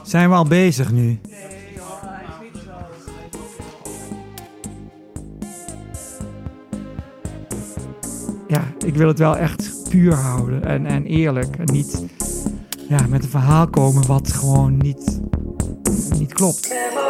Zijn we al bezig nu? Nee, hij is niet zo. Ja, ik wil het wel echt puur houden en eerlijk. En niet met een verhaal komen wat gewoon niet klopt.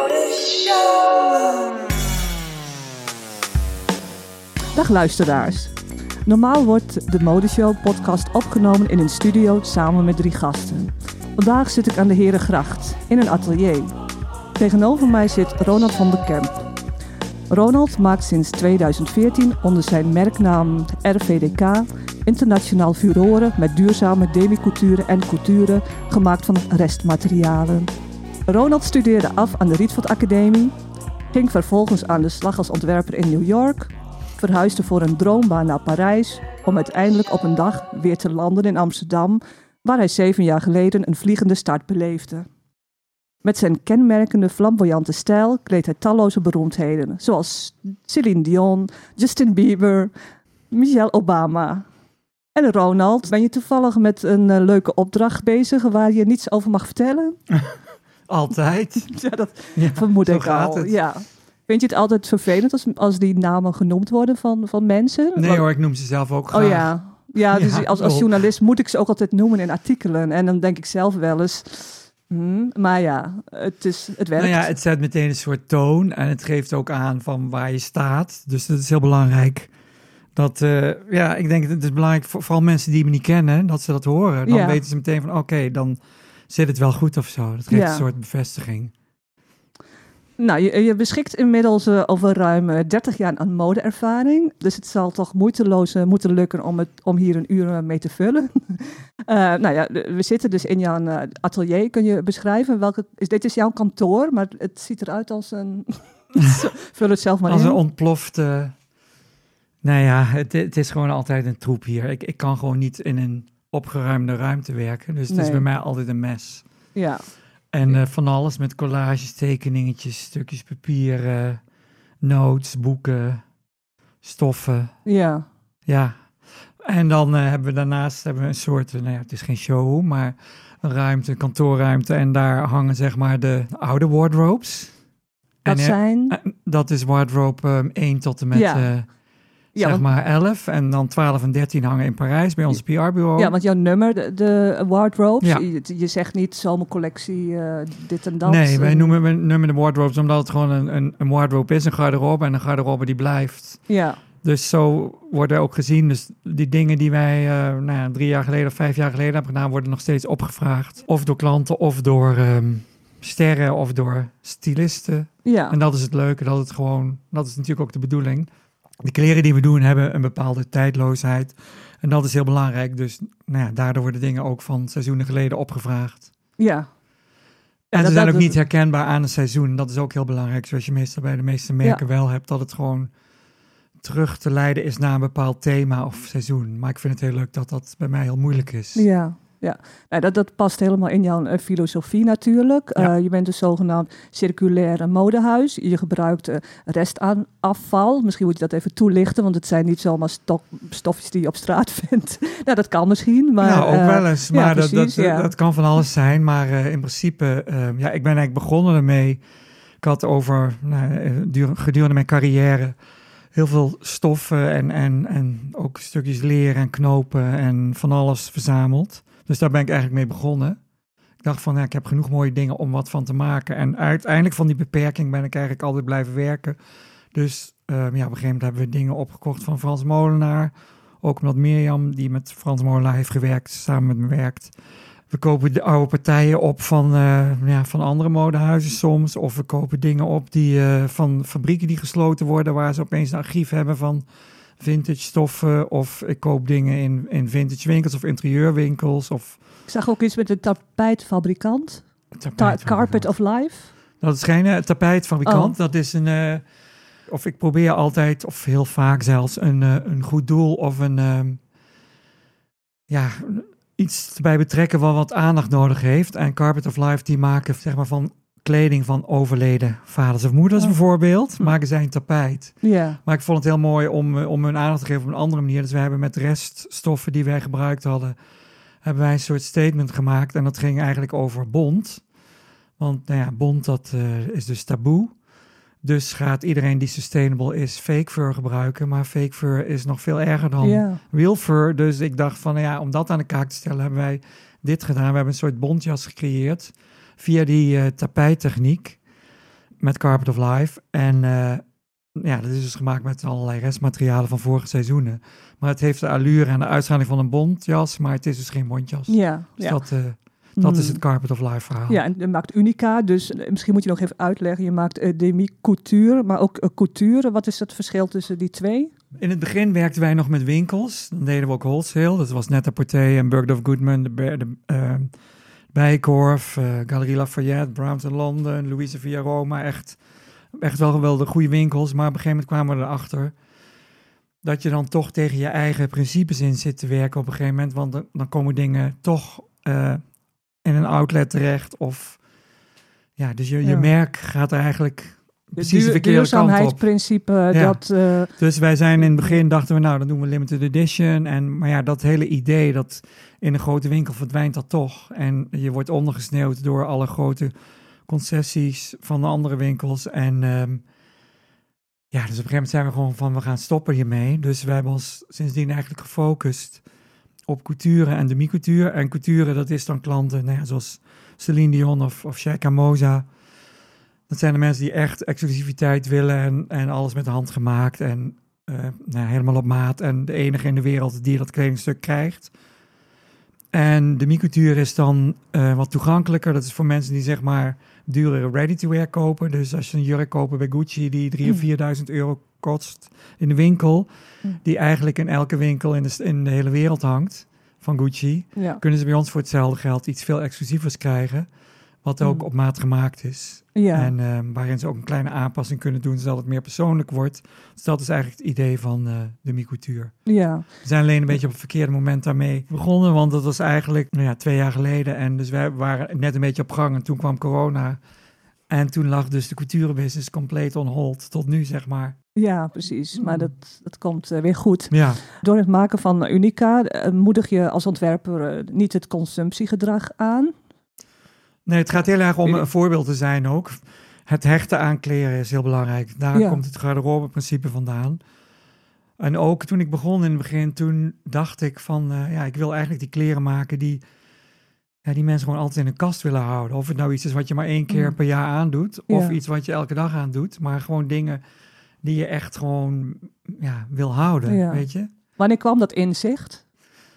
Dag luisteraars. Normaal wordt de Modeshow podcast opgenomen in een studio samen met 3 gasten. Vandaag zit ik aan de Herengracht in een atelier. Tegenover mij zit Ronald van der Kemp. Ronald maakt sinds 2014 onder zijn merknaam RVDK internationaal furoren met duurzame demi-couture en couture gemaakt van restmaterialen. Ronald studeerde af aan de Rietveld Academie, ging vervolgens aan de slag als ontwerper in New York, verhuisde voor een droombaan naar Parijs om uiteindelijk op een dag weer te landen in Amsterdam, waar hij 7 jaar geleden een vliegende start beleefde. Met zijn kenmerkende flamboyante stijl kleedt hij talloze beroemdheden, zoals Celine Dion, Justin Bieber, Michelle Obama. En Ronald, ben je toevallig met een leuke opdracht bezig waar je niets over mag vertellen? Altijd. Ja, dat vermoed ik al. Ja. Vind je het altijd vervelend als die namen genoemd worden van mensen? Nee hoor, ik noem ze zelf ook graag. Oh ja. Ja, dus als journalist moet ik ze ook altijd noemen in artikelen. En dan denk ik zelf wel eens... maar ja, het werkt. Nou ja, het zet meteen een soort toon en het geeft ook aan van waar je staat. Dus dat is heel belangrijk. Dat, ik denk dat het is belangrijk voor vooral mensen die me niet kennen, dat ze dat horen. Dan weten ze meteen van oké, dan zit het wel goed of zo. Dat geeft een soort bevestiging. Nou, je beschikt inmiddels over ruim 30 jaar aan modeervaring. Dus het zal toch moeiteloos moeten lukken om hier een uur mee te vullen. We zitten dus in jouw atelier. Kun je beschrijven dit is jouw kantoor, maar het ziet eruit als een... Vul het zelf maar als in. Als een ontplofte... Nou ja, het is gewoon altijd een troep hier. Ik kan gewoon niet in een opgeruimde ruimte werken. Dus het is bij mij altijd een mes. Ja. En van alles met collages, tekeningetjes, stukjes papier, notes, boeken, stoffen. Ja. Ja. En dan hebben we daarnaast een soort, het is geen showroom, maar een ruimte, een kantoorruimte. En daar hangen zeg maar de oude wardrobes. Dat zijn? Dat is wardrobe 1 tot en met... zeg maar 11 en dan 12 en 13 hangen in Parijs bij ons PR-bureau. Ja, want jouw nummer, de wardrobes, je zegt niet zomercollectie, dit en dat. Nee, wij noemen de wardrobes omdat het gewoon een wardrobe is, een garderobe en een garderobe die blijft. Ja. Dus zo worden ook gezien. Dus die dingen die wij 3 jaar geleden of 5 jaar geleden hebben gedaan, worden nog steeds opgevraagd. Of door klanten of door sterren of door stylisten. Ja. En dat is het leuke, dat is natuurlijk ook de bedoeling. De kleren die we doen hebben een bepaalde tijdloosheid. En dat is heel belangrijk. Dus daardoor worden dingen ook van seizoenen geleden opgevraagd. Ja. En ze zijn ook niet herkenbaar aan een seizoen. Dat is ook heel belangrijk. Zoals je meestal bij de meeste merken wel hebt. Dat het gewoon terug te leiden is naar een bepaald thema of seizoen. Maar ik vind het heel leuk dat dat bij mij heel moeilijk is. Ja. Ja, dat past helemaal in jouw filosofie natuurlijk. Ja. Je bent een zogenaamd circulair modehuis. Je gebruikt restafval. Misschien moet je dat even toelichten, want het zijn niet zomaar stofjes die je op straat vindt. Nou, dat kan misschien. Maar, ook wel eens. Maar dat kan van alles zijn. Maar in principe, ik ben eigenlijk begonnen ermee. Ik had gedurende mijn carrière heel veel stoffen en ook stukjes leer en knopen en van alles verzameld. Dus daar ben ik eigenlijk mee begonnen. Ik dacht van, ik heb genoeg mooie dingen om wat van te maken. En uiteindelijk van die beperking ben ik eigenlijk altijd blijven werken. Dus op een gegeven moment hebben we dingen opgekocht van Frans Molenaar. Ook omdat Mirjam, die met Frans Molenaar heeft gewerkt, samen met me werkt. We kopen de oude partijen op van andere modehuizen soms. Of we kopen dingen op van fabrieken die gesloten worden, waar ze opeens een archief hebben van vintage stoffen. Of ik koop dingen in vintage winkels of interieurwinkels. Ik zag ook iets met een tapijtfabrikant. Carpet of Life. Dat is geen tapijtfabrikant. Oh. Dat is ik probeer altijd, of heel vaak zelfs, een goed doel of iets erbij betrekken wat aandacht nodig heeft. En Carpet of Life, die maken zeg maar van kleding van overleden vaders of moeders bijvoorbeeld, maken zij een tapijt. Yeah. Maar ik vond het heel mooi om hun aandacht te geven op een andere manier. Dus wij hebben met reststoffen die wij gebruikt hadden, hebben wij een soort statement gemaakt. En dat ging eigenlijk over bont. Want bont, dat is dus taboe. Dus gaat iedereen die sustainable is fake fur gebruiken. Maar fake fur is nog veel erger dan real fur. Dus ik dacht van, om dat aan de kaak te stellen, hebben wij dit gedaan. We hebben een soort bontjas gecreëerd via die tapijttechniek met Carpet of Life. En dat is dus gemaakt met allerlei restmaterialen van vorige seizoenen. Maar het heeft de allure en de uitstraling van een bontjas, maar het is dus geen bontjas. Dat is het Carpet of Life verhaal. Ja, en je maakt Unica, dus misschien moet je nog even uitleggen. Je maakt demi-couture, maar ook couture. Wat is het verschil tussen die twee? In het begin werkten wij nog met winkels. Dan deden we ook wholesale. Dat was Net-a-Porter en Bergdorf Goodman, de Bijenkorf, Galerie Lafayette, Brown London, Louise Via Roma. Echt wel de goede winkels. Maar op een gegeven moment kwamen we erachter dat je dan toch tegen je eigen principes in zit te werken op een gegeven moment. Want dan komen dingen toch in een outlet terecht. Of dus je merk gaat er eigenlijk precies de verkeerde kant op. Duurzaamheidsprincipe. Dus wij zijn in het begin, dachten we, dan doen we limited edition. Maar dat hele idee dat in een grote winkel verdwijnt dat toch. En je wordt ondergesneeuwd door alle grote concessies van de andere winkels. En dus op een gegeven moment zijn we gewoon van, we gaan stoppen hiermee. Dus we hebben ons sindsdien eigenlijk gefocust op couture en demi-couture. En couture, dat is dan klanten, zoals Celine Dion of Sheikha Moza. Dat zijn de mensen die echt exclusiviteit willen en alles met de hand gemaakt. En helemaal op maat. En de enige in de wereld die dat kledingstuk krijgt. En demi-couture is dan wat toegankelijker. Dat is voor mensen die zeg maar dure ready-to-wear kopen. Dus als je een jurk koopt bij Gucci die 3.000 of 4.000 euro kost in de winkel, die eigenlijk in elke winkel in de hele wereld hangt van Gucci, kunnen ze bij ons voor hetzelfde geld iets veel exclusievers krijgen, wat ook op maat gemaakt is. Ja. En waarin ze ook een kleine aanpassing kunnen doen, zodat het meer persoonlijk wordt. Dus dat is eigenlijk het idee van demi-couture. Ja. We zijn alleen een beetje op het verkeerde moment daarmee begonnen, want dat was eigenlijk 2 jaar geleden. En dus wij waren net een beetje op gang en toen kwam corona. En toen lag dus de couturebusiness compleet on hold, tot nu zeg maar. Ja, precies. Maar dat komt weer goed. Ja. Door het maken van Unica moedig je als ontwerper niet het consumptiegedrag aan. Nee, het gaat heel erg om een voorbeeld te zijn ook. Het hechten aan kleren is heel belangrijk. Daar komt het garderobeprincipe vandaan. En ook toen ik begon in het begin, toen dacht ik van, ik wil eigenlijk die kleren maken die mensen gewoon altijd in een kast willen houden. Of het nou iets is wat je maar 1 keer per jaar aandoet, of iets wat je elke dag aandoet, maar gewoon dingen die je echt gewoon wil houden, weet je. Wanneer kwam dat inzicht?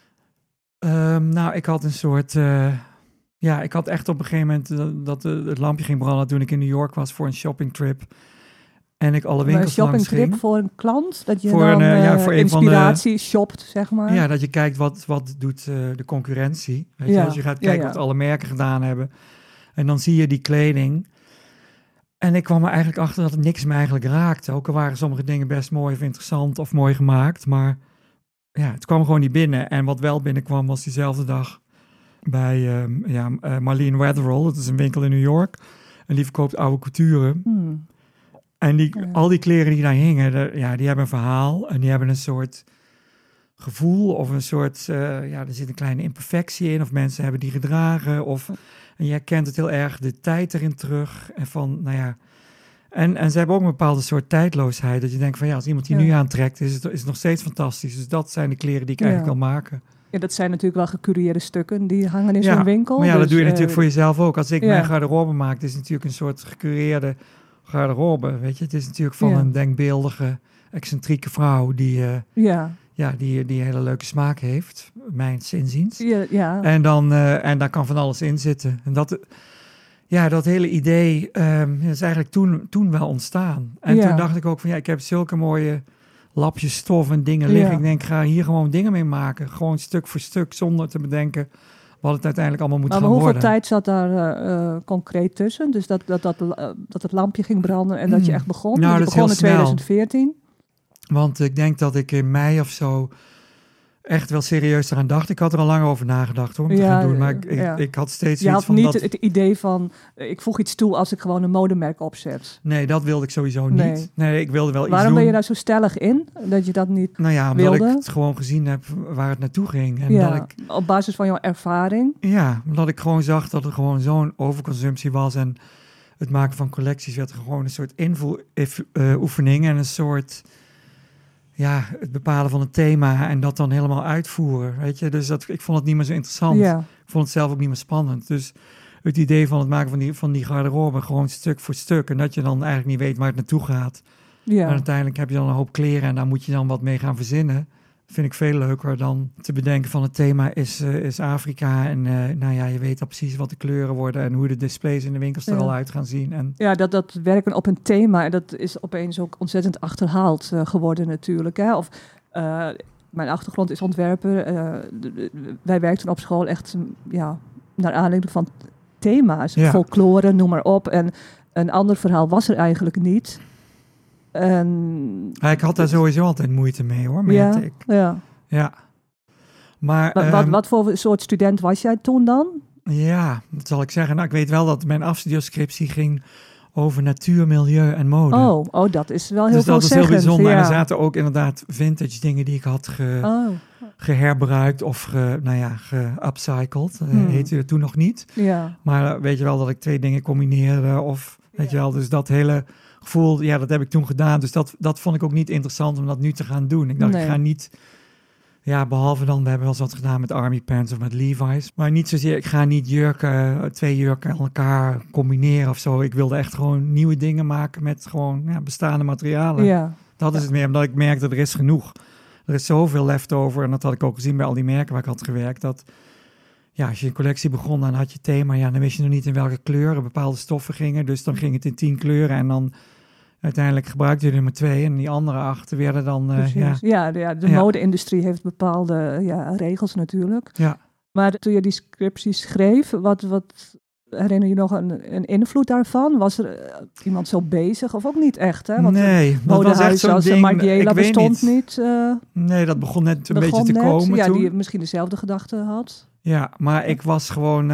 Ik had een soort... ik had echt op een gegeven moment dat het lampje ging branden toen ik in New York was voor een shoppingtrip. En ik alle winkels langs ging. Een shoppingtrip voor een klant? Dat je voor inspiratie shopt, zeg maar? Ja, dat je kijkt wat doet de concurrentie. Weet je? Als je gaat kijken wat alle merken gedaan hebben. En dan zie je die kleding. En ik kwam er eigenlijk achter dat het niks me eigenlijk raakte. Ook al waren sommige dingen best mooi of interessant of mooi gemaakt. Maar het kwam gewoon niet binnen. En wat wel binnenkwam was diezelfde dag bij Marlene Wetherall. Dat is een winkel in New York. En die verkoopt oude couture. En al die kleren die daar hingen, die hebben een verhaal. En die hebben een soort gevoel of een soort... er zit een kleine imperfectie in. Of mensen hebben die gedragen. En je herkent het heel erg, de tijd erin terug. En van, En ze hebben ook een bepaalde soort tijdloosheid. Dat je denkt van als iemand die nu aantrekt, is het nog steeds fantastisch. Dus dat zijn de kleren die ik eigenlijk wil maken. Ja, dat zijn natuurlijk wel gecureerde stukken die hangen in zo'n winkel. Maar dat doe je natuurlijk voor jezelf ook. Als ik mijn garderobe maak, het is natuurlijk een soort gecureerde garderobe, weet je. Het is natuurlijk van een denkbeeldige, excentrieke vrouw die een hele leuke smaak heeft, mijns inziens. Ja. En daar kan van alles in zitten. En dat hele idee is eigenlijk toen wel ontstaan. En toen dacht ik ook van ik heb zulke mooie lapjes stof en dingen liggen. Ik denk, ga hier gewoon dingen mee maken. Gewoon stuk voor stuk, zonder te bedenken wat het uiteindelijk allemaal moet gaan worden. Maar hoeveel tijd zat daar concreet tussen? Dus dat het lampje ging branden en dat je echt begon? Nou, je begon in 2014? Want ik denk dat ik in mei of zo echt wel serieus eraan dacht. Ik had er al lang over nagedacht hoor, om te gaan doen. Maar ik had steeds iets van... Je had niet het idee van, ik voeg iets toe als ik gewoon een modemerk opzet. Nee, dat wilde ik sowieso niet. Nee, ik wilde wel iets doen. Waarom ben je daar zo stellig in, dat je dat niet omdat wilde? Ik het gewoon gezien heb waar het naartoe ging. En dat ik, op basis van jouw ervaring? Ja, omdat ik gewoon zag dat er gewoon zo'n overconsumptie was. En het maken van collecties werd gewoon een soort invoeroefening en een soort... Ja, het bepalen van het thema en dat dan helemaal uitvoeren, weet je. Dus ik vond het niet meer zo interessant. Ja. Ik vond het zelf ook niet meer spannend. Dus het idee van het maken van die garderobe gewoon stuk voor stuk. En dat je dan eigenlijk niet weet waar het naartoe gaat. Ja. En uiteindelijk heb je dan een hoop kleren en daar moet je dan wat mee gaan verzinnen. Dat vind ik veel leuker dan te bedenken van het thema is Afrika. En je weet al precies wat de kleuren worden en hoe de displays in de winkels er al uit gaan zien. En ja, dat werken op een thema, dat is opeens ook ontzettend achterhaald geworden natuurlijk. Hè? Of mijn achtergrond is ontwerper. Wij werkten op school echt naar aanleiding van thema's. Folklore, noem maar op. En een ander verhaal was er eigenlijk niet. Ik had daar sowieso altijd moeite mee hoor, merkte ik. Ja. Maar, wat voor soort student was jij toen dan? Ja, dat zal ik zeggen. Nou, ik weet wel dat mijn afstudeerscriptie ging over natuur, milieu en mode. Oh, dat is wel heel veelzeggend. Dus dat is heel bijzonder. Ja. En er zaten ook inderdaad vintage dingen die ik had geherbruikt of geupcycled. Heette het toen nog niet. Ja. Maar weet je wel dat ik 2 dingen combineerde of weet je wel, dus dat hele gevoel, dat heb ik toen gedaan. Dus dat vond ik ook niet interessant om dat nu te gaan doen. Ik dacht, ik ga niet... Ja, behalve dan, we hebben wel eens wat gedaan met Army Pants of met Levi's. Maar niet zozeer, ik ga niet 2 jurken aan elkaar combineren of zo. Ik wilde echt gewoon nieuwe dingen maken met gewoon bestaande materialen. Ja. Dat is het meer, omdat ik merkte, er is genoeg. Er is zoveel leftover. En dat had ik ook gezien bij al die merken waar ik had gewerkt. Dat als je een collectie begon, dan had je thema. Dan wist je nog niet in welke kleuren bepaalde stoffen gingen. Dus dan ging het in 10 kleuren en dan... Uiteindelijk gebruikte je er maar 2 en die andere 8 werden dan... de mode-industrie heeft bepaalde regels natuurlijk. Ja. Maar toen je die scriptie schreef, wat herinner je nog een invloed daarvan? Was er iemand zo bezig of ook niet echt? Hè? Want dat was echt zo'n ding. Margiela bestond niet. Nee, dat begon net een beetje te komen ja, toen. Die misschien dezelfde gedachten had. Ja, maar ik was gewoon...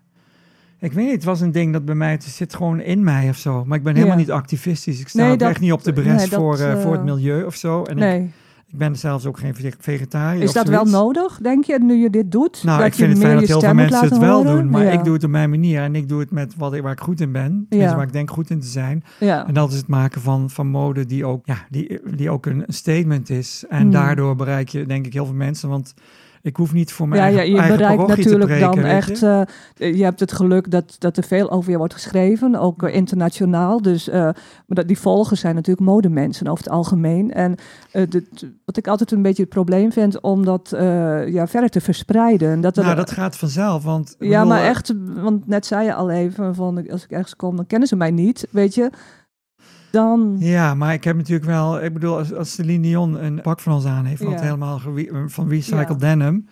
ik weet niet, het was een ding dat bij mij, het zit gewoon in mij of zo. Maar ik ben helemaal niet activistisch. Ik sta echt niet op de bres voor het milieu of zo. En ik ben zelfs ook geen vegetariër. Is dat wel nodig, denk je, nu je dit doet? Nou, ik vind het fijn dat heel veel mensen het wel doen. Maar ik doe het op mijn manier. En ik doe het met waar ik goed in ben. Waar ik denk goed in te zijn. Ja. En dat is het maken van mode die ook een statement is. En daardoor bereik je, denk ik, heel veel mensen. Want... Ik hoef niet voor mijn eigen bereikt natuurlijk te preken, dan echt... je hebt het geluk dat er veel over je wordt geschreven, ook internationaal. Dus die volgers zijn natuurlijk modemensen over het algemeen. En wat ik altijd een beetje het probleem vind, om dat verder te verspreiden. Dat gaat vanzelf, want... maar echt, want net zei je al even, van als ik ergens kom, dan kennen ze mij niet, weet je... Dan... Ja, maar ik heb natuurlijk wel... Ik bedoel, als Celine Dion een pak van ons aan heeft... wat helemaal van recycled denim...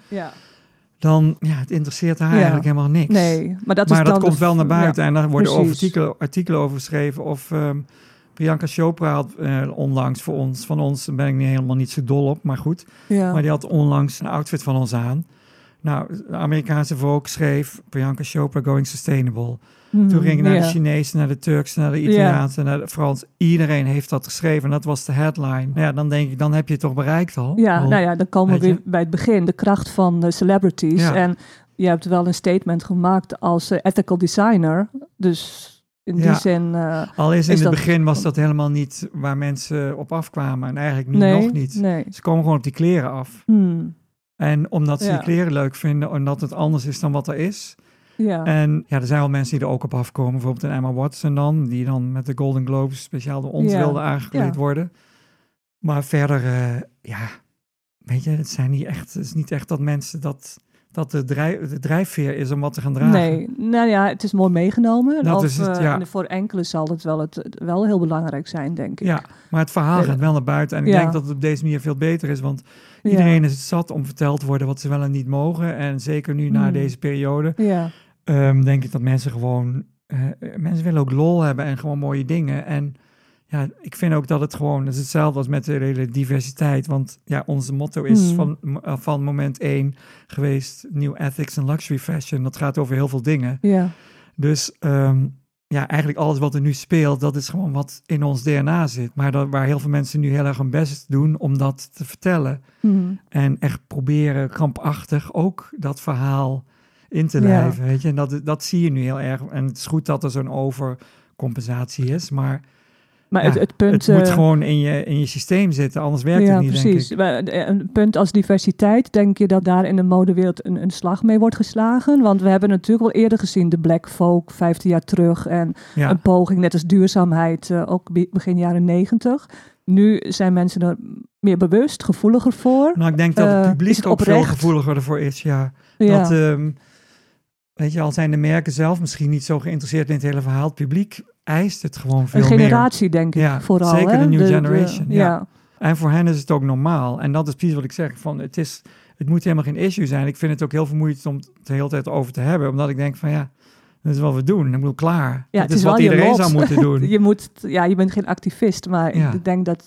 dan, het interesseert haar eigenlijk helemaal niks. Nee, maar dat komt wel naar buiten... en daar worden artikelen over geschreven... of Priyanka Chopra had onlangs van ons... daar ben ik helemaal niet zo dol op, maar goed. Ja. Maar die had onlangs een outfit van ons aan. Nou, de Amerikaanse Vogue schreef... Priyanka Chopra going sustainable... Toen ging ik naar de Chinezen, naar de Turkse, naar de Italiaanse, naar de Frans. Iedereen heeft dat geschreven en dat was de headline. Nou ja, dan denk ik, dan heb je het toch bereikt al. Ja, dan komen we weer bij het begin. De kracht van de celebrities. Ja. En je hebt wel een statement gemaakt als ethical designer. Dus in die zin... Al is in het begin was dat helemaal niet waar mensen op afkwamen. En eigenlijk nog niet. Nee. Ze komen gewoon op die kleren af. En omdat ze die kleren leuk vinden, omdat het anders is dan wat er is... Ja. En er zijn wel mensen die er ook op afkomen. Bijvoorbeeld een Emma Watson dan, die dan met de Golden Globes speciaal door ons wilde aangekleed worden. Maar verder, weet je, het is niet echt dat mensen dat de drijfveer is om wat te gaan dragen. Nee, nou ja, het is mooi meegenomen. Dat is het, en voor enkele zal het wel heel belangrijk zijn, denk ik. Ja, maar het verhaal gaat wel naar buiten. En ik denk dat het op deze manier veel beter is, want iedereen is het zat om verteld te worden wat ze wel en niet mogen. En zeker nu na deze periode, denk ik dat mensen gewoon... mensen willen ook lol hebben en gewoon mooie dingen. En ja, ik vind ook dat het gewoon, dat is hetzelfde als met de hele diversiteit. Want ja, onze motto is van moment 1 geweest, New Ethics and Luxury Fashion. Dat gaat over heel veel dingen. Ja. Dus ja, eigenlijk alles wat er nu speelt, dat is gewoon wat in ons DNA zit. Maar waar heel veel mensen nu heel erg hun best doen om dat te vertellen. En echt proberen krampachtig ook dat verhaal in te lijven. Weet je? En dat zie je nu heel erg. En het is goed dat er zo'n overcompensatie is, maar het punt... Het moet gewoon in je systeem zitten, anders werkt het niet, precies. denk ik. Maar een punt als diversiteit, denk je dat daar in de modewereld een slag mee wordt geslagen? Want we hebben natuurlijk al eerder gezien de Black Folk 15 jaar terug en een poging, net als duurzaamheid, ook begin jaren 90. Nu zijn mensen er meer bewust, gevoeliger voor. Nou, ik denk dat het publiek ook veel gevoeliger ervoor is, ja. Dat, weet je, al zijn de merken zelf misschien niet zo geïnteresseerd in het hele verhaal. Het publiek eist het gewoon veel meer. Een generatie, denk ik, vooral. Zeker de new generation, ja. En voor hen is het ook normaal. En dat is precies wat ik zeg. Het moet helemaal geen issue zijn. Ik vind het ook heel vermoeiend om het de hele tijd over te hebben. Omdat ik denk van dat is wat we doen. Ik bedoel, klaar. Ja, het is wat iedereen zou moeten doen. Je bent geen activist, maar ik denk dat...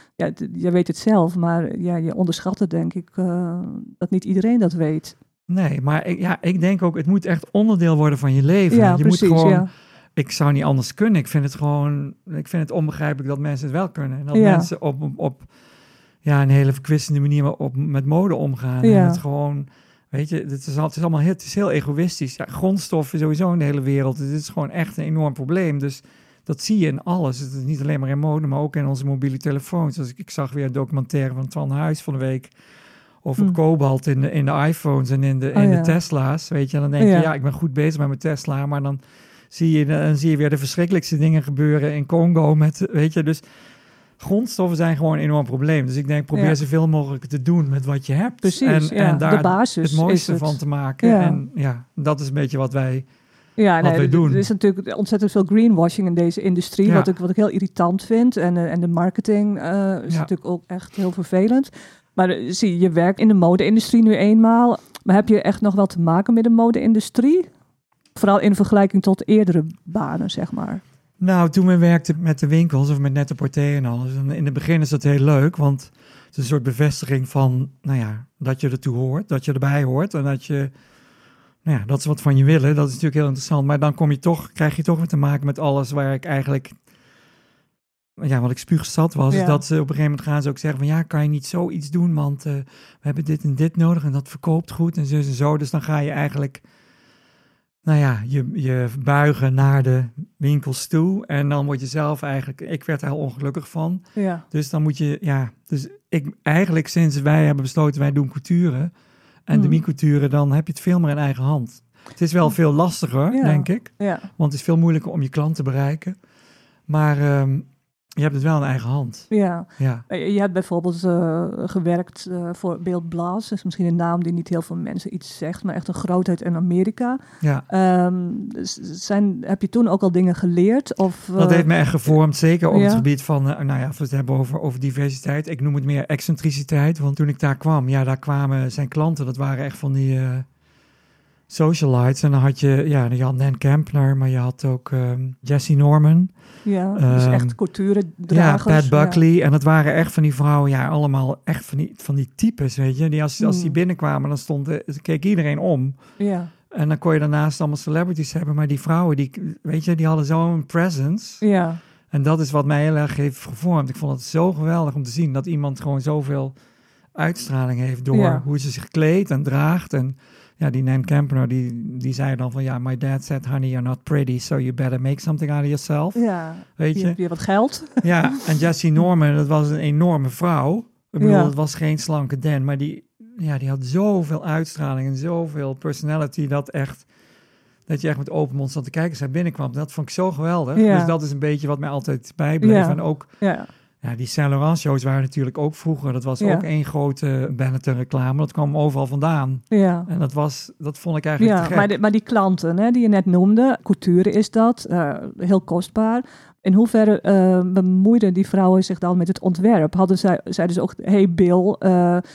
je weet het zelf, maar je onderschat het, denk ik, dat niet iedereen dat weet. Nee, maar ik denk ook, het moet echt onderdeel worden van je leven. Ja, je precies, moet gewoon... Ik zou niet anders kunnen. Ik vind het onbegrijpelijk dat mensen het wel kunnen. En dat mensen op een hele verkwistende manier met mode omgaan. Ja. En het gewoon, weet je, het is heel egoïstisch. Ja, grondstoffen sowieso in de hele wereld. Het is gewoon echt een enorm probleem. Dus dat zie je in alles. Het is niet alleen maar in mode, maar ook in onze mobiele telefoons. Dus ik zag weer een documentaire van Twan Huis van de week over kobalt in de iPhones en in de Tesla's. Weet je, dan denk je, ik ben goed bezig met mijn Tesla, maar dan zie je weer de verschrikkelijkste dingen gebeuren in Congo met, weet je, dus grondstoffen zijn gewoon een enorm probleem. Dus ik denk, probeer zoveel mogelijk te doen met wat je hebt. Precies, en daar de basis het mooiste van te maken. Ja. En dat is een beetje wat wij doen. Er is natuurlijk ontzettend veel greenwashing in deze industrie, wat ik heel irritant vind. En de marketing is natuurlijk ook echt heel vervelend. Maar zie je werkt in de mode-industrie nu eenmaal. Maar heb je echt nog wel te maken met de mode-industrie? Vooral in vergelijking tot eerdere banen, zeg maar. Nou, toen we werkten met de winkels of met Net-a-Porter en alles. En in het begin is dat heel leuk, want het is een soort bevestiging van, dat je ertoe hoort, dat je erbij hoort. En dat ze wat van je willen. Dat is natuurlijk heel interessant. Maar dan krijg je toch weer te maken met alles waar ik eigenlijk, wat ik spuugzat was. Is dat ze op een gegeven moment gaan ze ook zeggen van, kan je niet zoiets doen, want we hebben dit en dit nodig en dat verkoopt goed en zo. Dus dan ga je eigenlijk... je buigen naar de winkels toe en dan word je zelf eigenlijk... Ik werd er heel ongelukkig van. Ja. Dus dan moet je... Dus eigenlijk sinds wij hebben besloten, wij doen couture en de couture, dan heb je het veel meer in eigen hand. Het is wel veel lastiger, denk ik. Ja. Want het is veel moeilijker om je klant te bereiken. Maar je hebt het wel in eigen hand. Ja. Je hebt bijvoorbeeld gewerkt voor Beeld Blaas. Dat is misschien een naam die niet heel veel mensen iets zegt, maar echt een grootheid in Amerika. Ja. Heb je toen ook al dingen geleerd? Dat heeft me echt gevormd, zeker op het gebied van, als we het hebben over diversiteit. Ik noem het meer excentriciteit, want toen ik daar kwam, daar kwamen zijn klanten, dat waren echt van die... socialites. En dan had je had Nan Kempner, maar je had ook Jessie Norman. Ja, dus echt couture-dragers. Ja, Pat Buckley. Ja. En dat waren echt van die vrouwen, allemaal echt van die types, weet je. Die als die binnenkwamen, dan keek iedereen om. Ja. En dan kon je daarnaast allemaal celebrities hebben. Maar die vrouwen, die hadden zo'n presence. Ja. En dat is wat mij heel erg heeft gevormd. Ik vond het zo geweldig om te zien dat iemand gewoon zoveel uitstraling heeft door hoe ze zich kleedt en draagt. En die Nan Kempner, die zei dan van, my dad said, honey, you're not pretty, so you better make something out of yourself. Ja, weet je? Heb je wat geld? Ja, en Jessie Norman, dat was een enorme vrouw. Ik bedoel, het was geen slanke den, maar die had zoveel uitstraling en zoveel personality, dat je echt met open mond zat te kijken als hij binnenkwam. Dat vond ik zo geweldig. Ja. Dus dat is een beetje wat mij altijd bijbleef. Ja. En ook... Ja. Ja, die Saint Laurent shows waren natuurlijk ook vroeger. Dat was ook één grote Benetton reclame. Dat kwam overal vandaan. Ja. En dat vond ik eigenlijk te gek. Maar die klanten die je net noemde, couture is dat, heel kostbaar. In hoeverre bemoeiden die vrouwen zich dan met het ontwerp? Zeiden ze ook, hey Bill,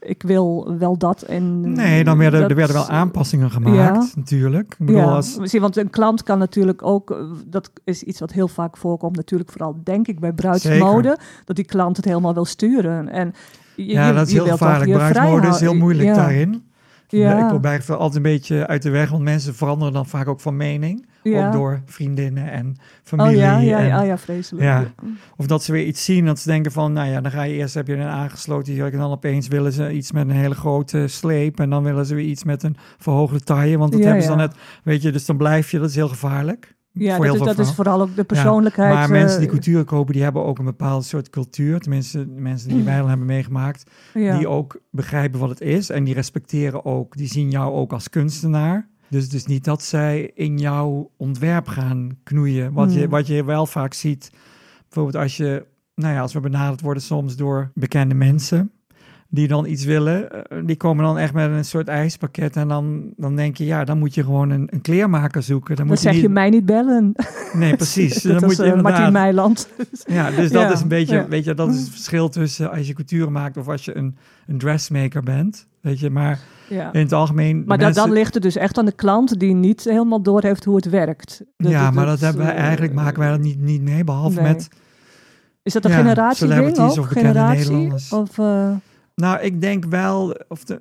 ik wil wel dat en... Nee, dan er werden wel aanpassingen gemaakt, natuurlijk. Ik bedoel, want een klant kan natuurlijk ook... Dat is iets wat heel vaak voorkomt, natuurlijk vooral denk ik bij bruidsmode, dat die klant het helemaal wil sturen. En dat is heel gevaarlijk. Bruidsmode is heel moeilijk daarin. Ja. Ik probeer het altijd een beetje uit de weg, want mensen veranderen dan vaak ook van mening. Ja. Ook door vriendinnen en familie. Vreselijk. Ja. Of dat ze weer iets zien, dat ze denken van, dan ga je eerst, heb je een aangesloten jurk en dan opeens willen ze iets met een hele grote sleep en dan willen ze weer iets met een verhoogde taille, want dat hebben ze dan net, weet je, dus dan blijf je, dat is heel gevaarlijk. Ja, dat is vooral ook de persoonlijkheid. Maar mensen die couture kopen, die hebben ook een bepaalde soort cultuur. Tenminste, de mensen die wij al hebben meegemaakt, die ook begrijpen wat het is. En die respecteren ook, die zien jou ook als kunstenaar. Dus het is niet dat zij in jouw ontwerp gaan knoeien. Wat je wel vaak ziet, bijvoorbeeld als we benaderd worden soms door bekende mensen die dan iets willen, die komen dan echt met een soort eispakket en dan denk je, dan moet je gewoon een kleermaker zoeken. Dan zeg je mij niet bellen. Nee, precies. Dat moet je inderdaad... Martin Meiland. Ja, dus dat is een beetje, weet je, dat is het verschil tussen als je couture maakt of als je een dressmaker bent, weet je, maar in het algemeen... Maar dan ligt het dus echt aan de klant die niet helemaal door heeft hoe het werkt. Maar dat hebben wij eigenlijk, maken wij dat niet mee, behalve met... Is dat een generatieding ook? Of bekende Nederlanders? Of... Nou, ik denk wel,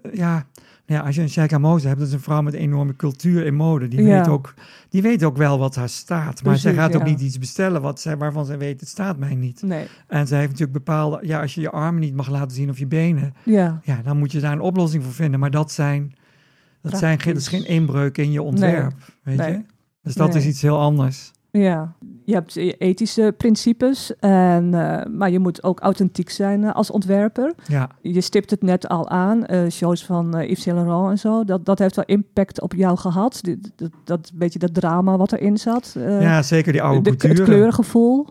als je een Sheikha Moza hebt, dat is een vrouw met een enorme cultuur in mode. Die weet ook wel wat haar staat. Maar zij gaat ook niet iets bestellen waarvan zij weet, het staat mij niet. Nee. En zij heeft natuurlijk bepaalde, als je je armen niet mag laten zien of je benen, dan moet je daar een oplossing voor vinden. Maar dat is geen inbreuk in je ontwerp, weet je? Dus dat is iets heel anders. Ja, je hebt ethische principes, maar je moet ook authentiek zijn als ontwerper. Ja. Je stipt het net al aan, shows van Yves Saint Laurent en zo. Dat heeft wel impact op jou gehad. Dat beetje dat drama wat erin zat. Zeker die oude cultuur. Het kleurgevoel.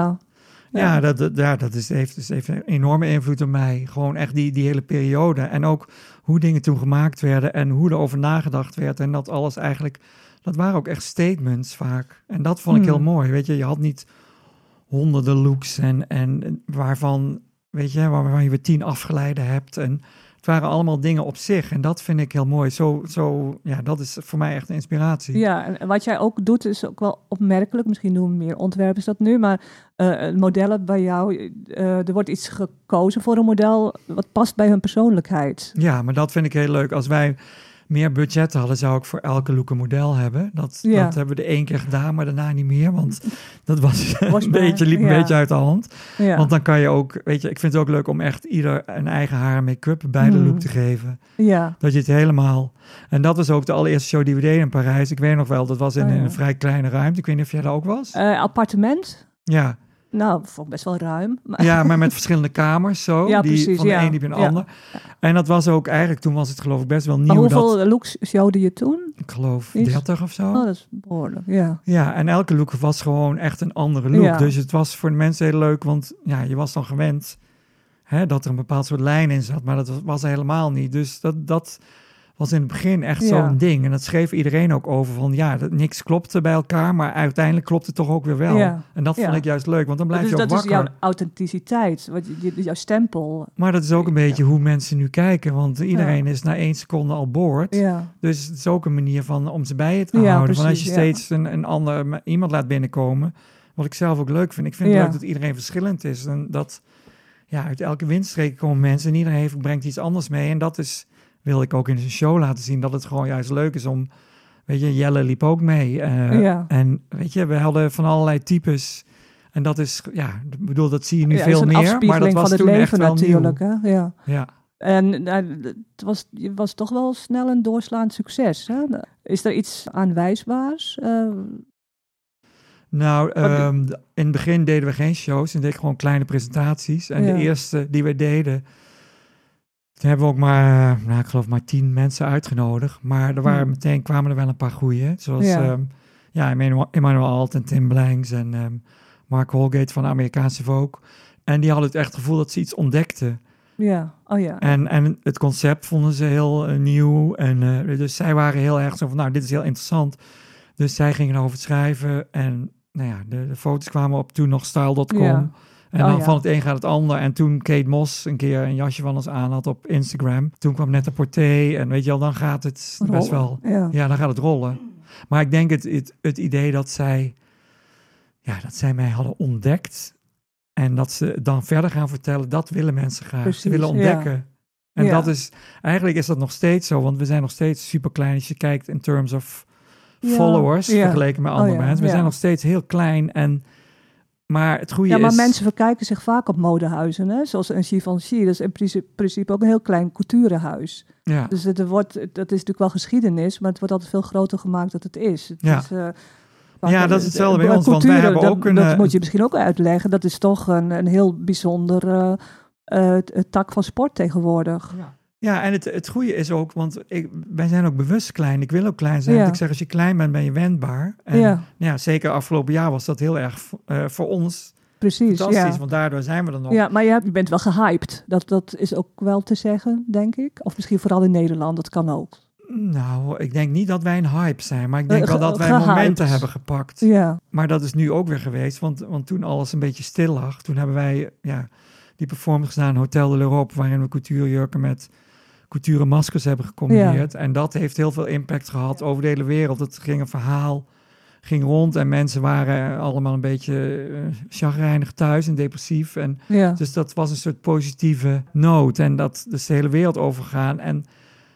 Dat heeft een enorme invloed op mij. Gewoon echt die hele periode. En ook hoe dingen toen gemaakt werden en hoe er over nagedacht werd. En dat alles eigenlijk... Dat waren ook echt statements vaak. En dat vond ik heel mooi. Weet je je had niet honderden looks en waarvan je weer 10 afgeleide hebt. En het waren allemaal dingen op zich. En dat vind ik heel mooi. Dat is voor mij echt een inspiratie. Ja, en wat jij ook doet is ook wel opmerkelijk. Misschien doen meer ontwerpers dat nu. Maar modellen bij jou, er wordt iets gekozen voor een model wat past bij hun persoonlijkheid. Ja, maar dat vind ik heel leuk. Als wij meer budget hadden, zou ik voor elke look een model hebben. Dat hebben we de 1 keer gedaan, maar daarna niet meer. Want dat liep een beetje uit de hand. Ja. Want dan kan je ook, ik vind het ook leuk om echt ieder een eigen haar en make-up bij de look te geven. Ja. Dat je het helemaal... En dat was ook de allereerste show die we deden in Parijs. Ik weet nog wel, dat was in een vrij kleine ruimte. Ik weet niet of jij daar ook was. Appartement? Ja. Nou, vond ik best wel ruim. Ja, maar met verschillende kamers zo. Ja, precies. Van de een liep in de ander. En dat was ook eigenlijk, toen was het geloof ik best wel nieuw. Maar hoeveel looks showde je toen? Ik geloof 30 of zo. Oh, dat is behoorlijk, ja. Ja, en elke look was gewoon echt een andere look. Ja. Dus het was voor de mensen heel leuk, want je was dan gewend dat er een bepaald soort lijn in zat. Maar dat was helemaal niet. Dus dat was in het begin echt zo'n ding. En dat schreef iedereen ook over van dat niks klopte bij elkaar, maar uiteindelijk klopt het toch ook weer wel. Ja. En dat vond ik juist leuk, want dan blijf je ook wakker. Dat is jouw authenticiteit, jouw stempel. Maar dat is ook een beetje hoe mensen nu kijken, want iedereen is na 1 seconde al boord. Ja. Dus het is ook een manier om ze bij je te houden. Precies, van als je steeds een ander iemand laat binnenkomen, wat ik zelf ook leuk vind. Ik vind het leuk dat iedereen verschillend is en dat uit elke windstreek komen mensen en iedereen brengt iets anders mee en dat is... wil ik ook in een show laten zien dat het gewoon juist leuk is om... Jelle liep ook mee. En we hadden van allerlei types. En dat is, ik bedoel, dat zie je nu veel meer. Maar dat was toen echt wel natuurlijk, nieuw. Hè? Ja. En het was toch wel snel een doorslaand succes. Hè? Is er iets aanwijsbaars? In het begin deden we geen shows. En deed ik gewoon kleine presentaties. En de eerste die we deden... Toen hebben we ook maar, ik geloof maar 10 mensen uitgenodigd. Maar er waren kwamen er wel een paar goeie. Zoals Emmanuel Alt en Tim Blanks en Mark Holgate van de Amerikaanse Vogue. En die hadden het echt gevoel dat ze iets ontdekten. Ja, En het concept vonden ze heel nieuw. En dus zij waren heel erg zo van, dit is heel interessant. Dus zij gingen over het schrijven. En de foto's kwamen op toen nog style.com. Ja. En dan van het een gaat het ander. En toen Kate Moss een keer een jasje van ons aan had op Instagram. Toen kwam Net-a-Porter. En weet je wel, dan gaat het rollen. Best wel... Ja, dan gaat het rollen. Maar ik denk het idee dat zij mij hadden ontdekt. En dat ze dan verder gaan vertellen, dat willen mensen graag. Precies, ze willen ontdekken. En dat is, eigenlijk is dat nog steeds zo. Want we zijn nog steeds super klein als je kijkt in terms of followers. Vergeleken met andere mensen. We zijn nog steeds heel klein maar het goede is... maar mensen verkijken zich vaak op modehuizen, hè? Zoals een Givenchy. Dat is in principe ook een heel klein couturehuis. Ja. Dus dat is natuurlijk wel geschiedenis, maar het wordt altijd veel groter gemaakt dan het is. Dat is hetzelfde bij ons, want wij hebben ook een... Dat moet je misschien ook uitleggen. Dat is toch een heel bijzonder tak van sport tegenwoordig. Ja, en het goede is ook, want wij zijn ook bewust klein. Ik wil ook klein zijn. Want ik zeg, als je klein bent, ben je wendbaar. En zeker afgelopen jaar was dat heel erg voor ons fantastisch. Want daardoor zijn we er nog. Ja, maar je bent wel gehyped. Dat is ook wel te zeggen, denk ik. Of misschien vooral in Nederland, dat kan ook. Nou, ik denk niet dat wij een hype zijn. Maar ik denk wel dat wij momenten hebben gepakt. Ja. Maar dat is nu ook weer geweest. Want toen alles een beetje stil lag, toen hebben wij die performance gedaan, Hotel de l'Europe, waarin we couturejurken met couture maskers hebben gecombineerd. Ja. En dat heeft heel veel impact gehad over de hele wereld. Het ging een verhaal, ging rond en mensen waren allemaal een beetje chagrijnig thuis en depressief. En dus dat was een soort positieve noot. En dat is de hele wereld overgaan. En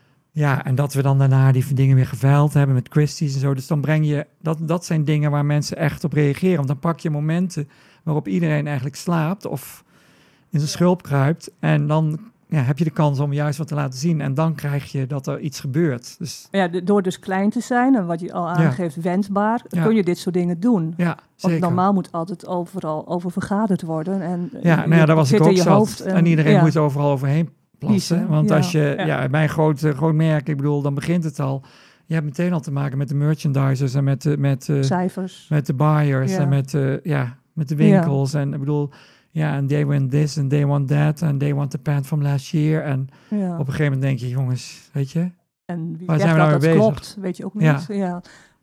dat we dan daarna die dingen weer geveild hebben met Christie's en zo. Dus dan breng je, dat zijn dingen waar mensen echt op reageren. Want dan pak je momenten waarop iedereen eigenlijk slaapt of in zijn schulp kruipt. En dan heb je de kans om juist wat te laten zien. En dan krijg je dat er iets gebeurt. Dus... Ja, door dus klein te zijn en wat je al aangeeft, wendbaar, kun je dit soort dingen doen. Ja, zeker. Want normaal moet altijd overal over vergaderd worden. En daar was ik ook zat. En iedereen moet overal overheen plassen. Want als je, bij een groot merk, ik bedoel, dan begint het al. Je hebt meteen al te maken met de merchandisers en met cijfers. Met de buyers en met de winkels. En ik bedoel... Ja, en they want this and they want that and they want the pant from last year. En op een gegeven moment denk je, jongens, weet je, en wie waar zijn we nou mee bezig? Klopt, weet je ook niet. Ja.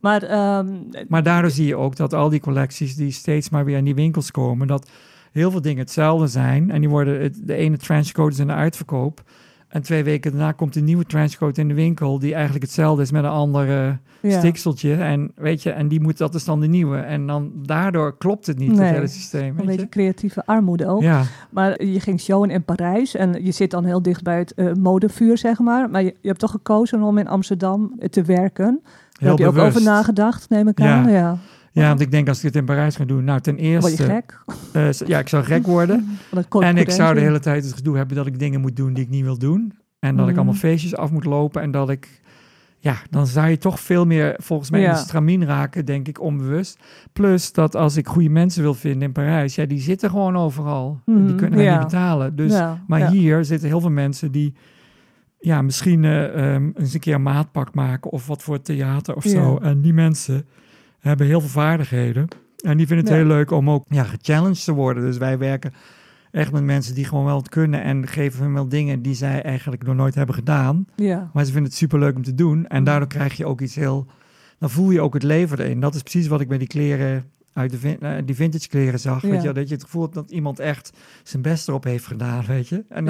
Maar daardoor zie je ook dat al die collecties die steeds maar weer in die winkels komen, dat heel veel dingen hetzelfde zijn. En die worden, de ene trenchcoat is in de uitverkoop. En 2 weken daarna komt een nieuwe trenchcoat in de winkel die eigenlijk hetzelfde is met een ander stikseltje. En weet je, en dat is dan de nieuwe. En dan daardoor klopt het niet, het hele systeem. Een beetje creatieve armoede ook. Ja. Maar je ging showen in Parijs en je zit dan heel dicht bij het modevuur, zeg maar. Maar je hebt toch gekozen om in Amsterdam te werken. Daar heb je ook over nagedacht, neem ik aan. Ja, want ik denk als ik het in Parijs ga doen, nou ten eerste... Word je gek? Ik zou gek worden. En ik zou de hele tijd het gedoe hebben dat ik dingen moet doen die ik niet wil doen. En dat ik allemaal feestjes af moet lopen. En dat ik... Ja, dan zou je toch veel meer volgens mij in de stramien raken, denk ik, onbewust. Plus dat als ik goede mensen wil vinden in Parijs, die zitten gewoon overal. Die kunnen mij niet betalen. Dus, maar hier zitten heel veel mensen die... Ja, misschien eens een keer een maatpak maken of wat voor theater of zo. En die mensen... hebben heel veel vaardigheden. En die vinden het heel leuk om ook gechallenged te worden. Dus wij werken echt met mensen die gewoon wel het kunnen en geven hun wel dingen die zij eigenlijk nog nooit hebben gedaan. Ja. Maar ze vinden het superleuk om te doen. En daardoor krijg je ook iets heel... Dan voel je ook het leven erin. Dat is precies wat ik bij die kleren uit die vintage kleren zag. Weet je, dat je het gevoel hebt dat iemand echt zijn best erop heeft gedaan, weet je. En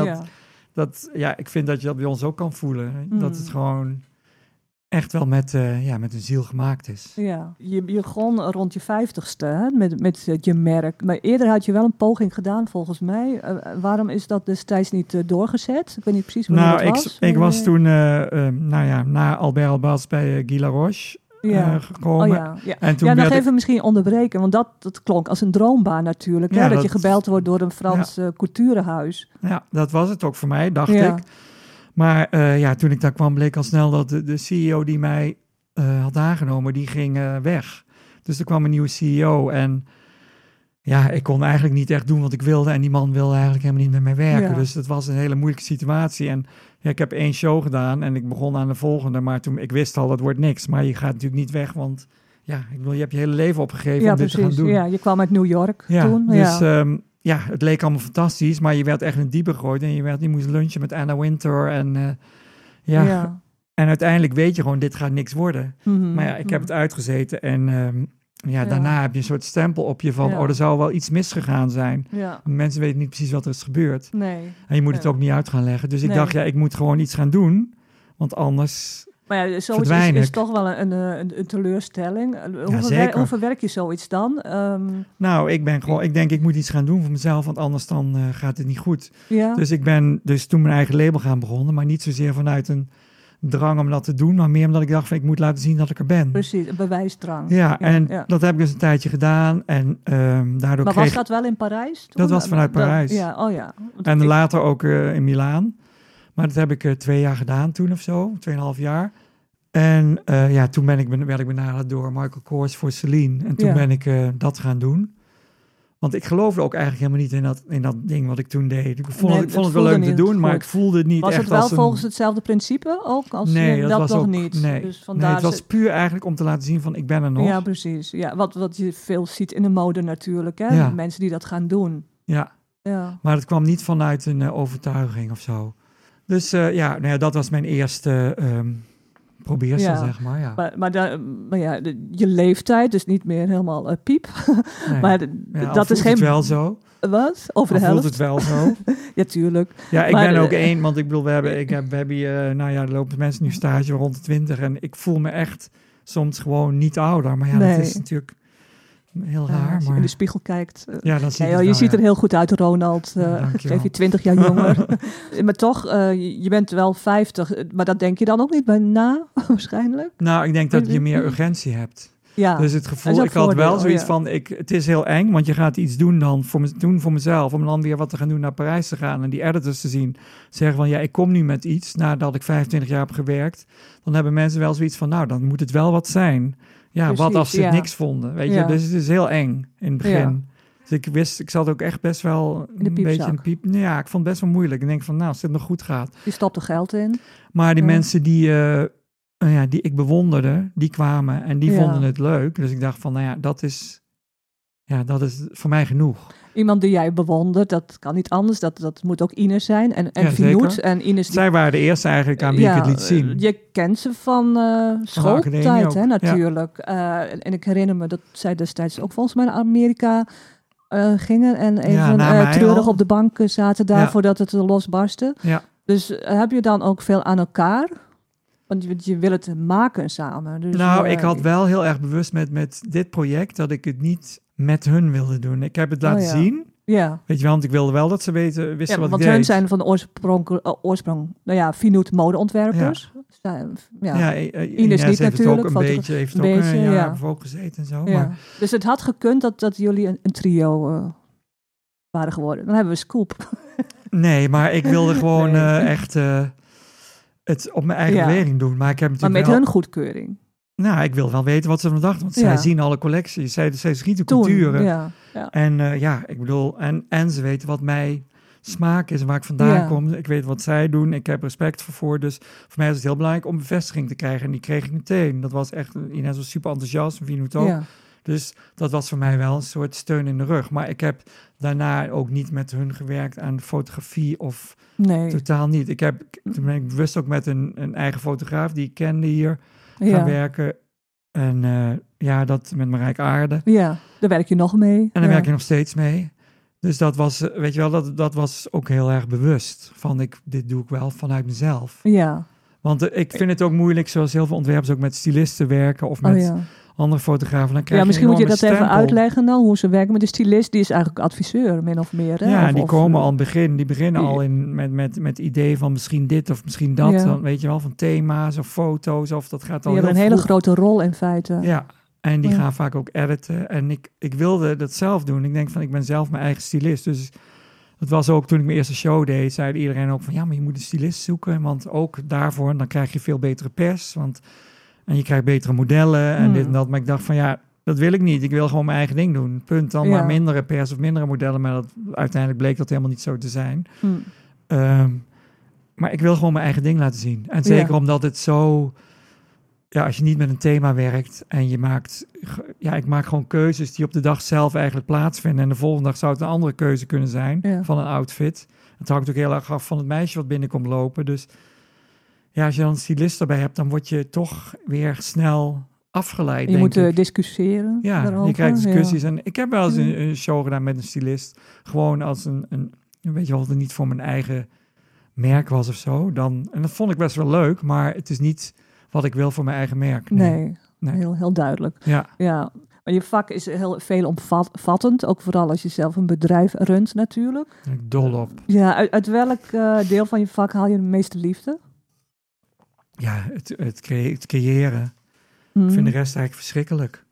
ik vind dat je dat bij ons ook kan voelen. Dat het gewoon... echt wel met een ziel gemaakt is. Ja, je begon rond je 50ste met je merk. Maar eerder had je wel een poging gedaan, volgens mij. Waarom is dat destijds niet doorgezet? Ik weet niet precies wanneer het was. Ik was toen, na Albert Albas bij Guy Laroche gekomen. En toen nog even misschien onderbreken, want dat klonk als een droombaan natuurlijk. Ja, dat je gebeld wordt door een Frans couturehuis. Ja, dat was het ook voor mij, dacht ik. Maar toen ik daar kwam, bleek al snel dat de CEO die mij had aangenomen, die ging weg. Dus er kwam een nieuwe CEO en ik kon eigenlijk niet echt doen wat ik wilde. En die man wilde eigenlijk helemaal niet met mij werken. Ja. Dus dat was een hele moeilijke situatie. En ik heb 1 show gedaan en ik begon aan de volgende. Maar toen, ik wist al, dat wordt niks. Maar je gaat natuurlijk niet weg, want je hebt je hele leven opgegeven om dit te gaan doen. Ja, je kwam uit New York toen. Dus... het leek allemaal fantastisch, maar je werd echt in het diepe gegooid en je moest lunchen met Anna Wintour en en uiteindelijk weet je gewoon, dit gaat niks worden. Maar ik heb het uitgezeten en daarna heb je een soort stempel op je van... er zou wel iets misgegaan zijn. Ja. Mensen weten niet precies wat er is gebeurd. Nee. En je moet het ook niet uit gaan leggen. Dus ik dacht, ik moet gewoon iets gaan doen. Want anders zoiets is toch wel een teleurstelling. Hoe verwerk je zoiets dan? Ik denk, ik moet iets gaan doen voor mezelf... want anders dan gaat het niet goed. Ja. Dus ik ben toen mijn eigen label gaan begonnen... maar niet zozeer vanuit een drang om dat te doen... maar meer omdat ik dacht, ik moet laten zien dat ik er ben. Precies, een bewijsdrang. Dat heb ik dus een tijdje gedaan. En daardoor was dat wel in Parijs? Dat was vanuit Parijs. En later ook in Milaan. Maar dat heb ik 2 jaar gedaan toen of zo, 2,5 jaar. En toen werd ik benaderd door Michael Kors voor Celine. En toen ben ik dat gaan doen. Want ik geloofde ook eigenlijk helemaal niet in dat ding wat ik toen deed. Ik vond het wel leuk te doen, maar ik voelde het niet was echt als... Was het wel volgens hetzelfde principe ook? Nee, dat was nog ook niet. Nee, dus het was puur eigenlijk om te laten zien van ik ben er nog. Ja, precies. Ja, wat je veel ziet in de mode natuurlijk. Hè? Ja. Mensen die dat gaan doen. Ja, maar het kwam niet vanuit een overtuiging of zo. Dus dat was mijn eerste probeersel, zeg maar. Ja. Maar je leeftijd, dus niet meer helemaal piep. Nee. Maar dat is geen... het wel zo. Wat? Over de helft? Voelt het wel zo. Ja, tuurlijk. Ja, ik ben ook één, want ik bedoel, we hebben hier, er lopen mensen nu stage rond de 20 en ik voel me echt soms gewoon niet ouder. Maar dat is natuurlijk heel raar. Als je in de spiegel kijkt. Dan zie je ziet er heel goed uit, Ronald. Geef je 20 jaar jonger. Maar toch, je bent wel 50. Maar dat denk je dan ook niet bij na, waarschijnlijk? Nou, ik denk dat je meer urgentie hebt. Ja, dus het gevoel, ik had wel zoiets van, het is heel eng, want je gaat iets doen dan voor mezelf, om dan weer wat te gaan doen naar Parijs te gaan en die editors te zien. Zeggen van, ik kom nu met iets, nadat ik 25 jaar heb gewerkt. Dan hebben mensen wel zoiets van, dan moet het wel wat zijn. Ja, precies, wat als ze het niks vonden, weet je. Dus het is heel eng in het begin. Dus ik zat ook echt best wel een beetje in piep. Ja, ik vond het best wel moeilijk. Ik denk van, als het nog goed gaat. Je stopt er geld in. Maar die mensen die ik bewonderde, die kwamen en die vonden het leuk. Dus ik dacht van, dat is voor mij genoeg. Iemand die jij bewondert, dat kan niet anders. Dat moet ook Ines zijn. En Finoet. En Ines zij waren de eerste eigenlijk aan wie ik het liet zien. Je kent ze van schooltijd, hè, natuurlijk. En ik herinner me dat zij destijds ook volgens mij naar Amerika gingen. En even treurig op de bank zaten daar voordat het losbarstte. Ja. Dus heb je dan ook veel aan elkaar? Want je wil het maken samen. Dus, ik had wel heel erg bewust met dit project dat ik het niet met hun wilde doen. Ik heb het laten zien. Ja. Weet je wel, want ik wilde wel dat ze wisten wat ik deed. Want hun zijn van de oorsprong Finoet modeontwerpers. Ines niet natuurlijk. Heeft ook een jaar ook gezeten en zo. Ja. Maar... Dus het had gekund dat jullie een trio waren geworden. Dan hebben we Scoop. Nee, maar ik wilde gewoon echt... het op mijn eigen beweging doen. Maar ik heb natuurlijk met hun goedkeuring. Nou, ik wil wel weten wat ze van dachten. Want zij zien alle collecties. Zij schieten culturen. Ja. En ik bedoel... En ze weten wat mij smaak is en waar ik vandaan kom. Ik weet wat zij doen. Ik heb respect voor. Dus voor mij is het heel belangrijk om bevestiging te krijgen. En die kreeg ik meteen. Dat was echt... Ines was super enthousiast. En Finoet ook. Ja. Dus dat was voor mij wel een soort steun in de rug. Maar ik heb daarna ook niet met hun gewerkt aan fotografie of... Nee. Totaal niet. Toen ben ik bewust ook met een eigen fotograaf die ik kende hier gaan werken. En dat met Marijke Aarde. Ja, daar werk je nog mee. En daar werk je nog steeds mee. Dus dat was, weet je wel, dat was ook heel erg bewust. Van dit doe ik wel vanuit mezelf. Ja. Want ik vind het ook moeilijk, zoals heel veel ontwerpers ook met stylisten werken of met... andere fotografen, dan krijg je misschien moet je dat stempel. Even uitleggen dan, hoe ze werken met de stylist. Die is eigenlijk adviseur, min of meer. Hè? Ja, die komen al aan het begin. Die beginnen al met idee van misschien dit of misschien dat. Dan weet je wel, van thema's of foto's. Of dat gaat al die hebben een hele grote rol in feite. Ja, en die gaan vaak ook editen. En ik wilde dat zelf doen. Ik denk van, ik ben zelf mijn eigen stylist. Dus het was ook, toen ik mijn eerste show deed, zei iedereen ook van, maar je moet een stylist zoeken. Want ook daarvoor, dan krijg je veel betere pers. En je krijgt betere modellen en dit en dat. Maar ik dacht van dat wil ik niet. Ik wil gewoon mijn eigen ding doen. Punt. Dan maar mindere pers of mindere modellen. Maar uiteindelijk bleek dat helemaal niet zo te zijn. Maar ik wil gewoon mijn eigen ding laten zien. En zeker omdat het zo... Ja, als je niet met een thema werkt en je maakt... ik maak gewoon keuzes die op de dag zelf eigenlijk plaatsvinden. En de volgende dag zou het een andere keuze kunnen zijn van een outfit. Het hangt ook heel erg af van het meisje wat binnenkomt lopen. Dus... Ja, als je dan een stylist erbij hebt, dan word je toch weer snel afgeleid, je denk ik. Je moet discussiëren daarover. Je krijgt discussies. Ja. En ik heb wel eens een show gedaan met een stylist. Gewoon als een weet je wel, het niet voor mijn eigen merk was of zo. En dat vond ik best wel leuk, maar het is niet wat ik wil voor mijn eigen merk. Nee. Heel duidelijk. Ja. Maar je vak is heel veelomvattend, ook vooral als je zelf een bedrijf runt natuurlijk. Ik dol op. Ja, uit welk deel van je vak haal je de meeste liefde? Ja, het creëren. Ik vind de rest eigenlijk verschrikkelijk.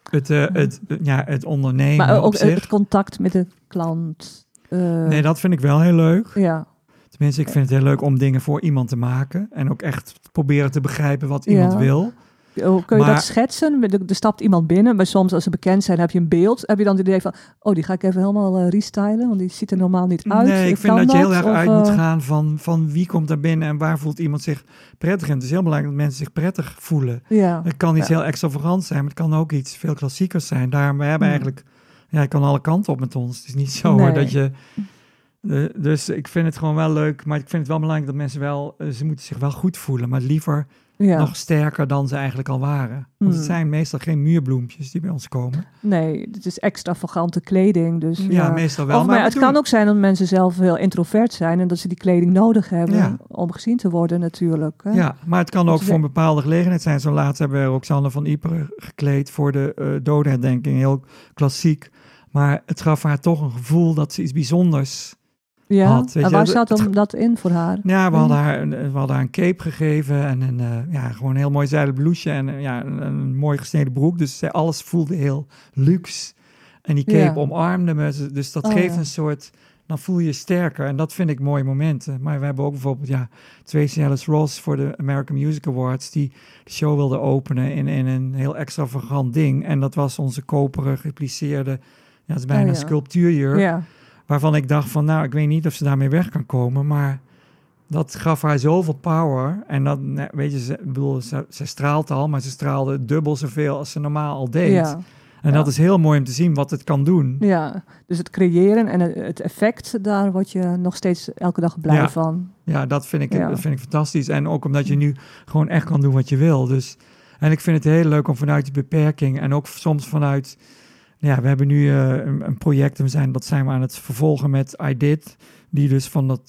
Het ondernemen. Maar ook op zich. Het contact met de klant. Nee, dat vind ik wel heel leuk. Ja. Tenminste, ik vind het heel leuk om dingen voor iemand te maken. En ook echt proberen te begrijpen wat iemand wil. Kun je dat schetsen? Er stapt iemand binnen, maar soms als ze bekend zijn heb je een beeld. Heb je dan het idee van, die ga ik even helemaal restylen, want die ziet er normaal niet uit. Nee, ik vind dat je heel erg uit moet gaan van wie komt daar binnen en waar voelt iemand zich prettig in. Het is heel belangrijk dat mensen zich prettig voelen. Ja. Het kan iets heel extravagant zijn, maar het kan ook iets veel klassiekers zijn. Daarom, we hebben eigenlijk, je kan alle kanten op met ons. Het is niet zo dat je... Dus ik vind het gewoon wel leuk, maar ik vind het wel belangrijk dat mensen ze moeten zich wel goed voelen, maar liever nog sterker dan ze eigenlijk al waren. Want het zijn meestal geen muurbloempjes die bij ons komen. Nee, het is extravagante kleding. Dus ja, meestal wel. Maar het kan ook zijn dat mensen zelf heel introvert zijn en dat ze die kleding nodig hebben om gezien te worden natuurlijk. Hè? Ja, maar het kan ook voor een bepaalde gelegenheid zijn. Zo laatst hebben we Roxanne van Ieper gekleed voor de dodenherdenking. Heel klassiek. Maar het gaf haar toch een gevoel dat ze iets bijzonders had. En waar zat dat in voor haar? Ja, we hadden haar een cape gegeven en gewoon een heel mooi zijden blouseje en een mooi gesneden broek. Dus alles voelde heel luxe. En die cape omarmde me. Dus dat geeft een soort... Dan voel je je sterker. En dat vind ik mooie momenten. Maar we hebben ook bijvoorbeeld Tracy Ellis Ross voor de American Music Awards, die de show wilde openen in een heel extravagant ding. En dat was onze koperen, gepliceerde, het is bijna een sculptuurjurk. Ja. Waarvan ik dacht van, ik weet niet of ze daarmee weg kan komen, maar dat gaf haar zoveel power. En dat, weet je, ze straalt al, maar ze straalde dubbel zoveel als ze normaal al deed. Ja. En dat is heel mooi om te zien wat het kan doen. Ja, dus het creëren en het effect, daar word je nog steeds elke dag blij van. Ja, dat vind ik fantastisch. En ook omdat je nu gewoon echt kan doen wat je wil. Dus, en ik vind het heel leuk om vanuit die beperking en ook soms vanuit... Ja, we hebben nu een project en dat zijn we aan het vervolgen met iDid. Die dus van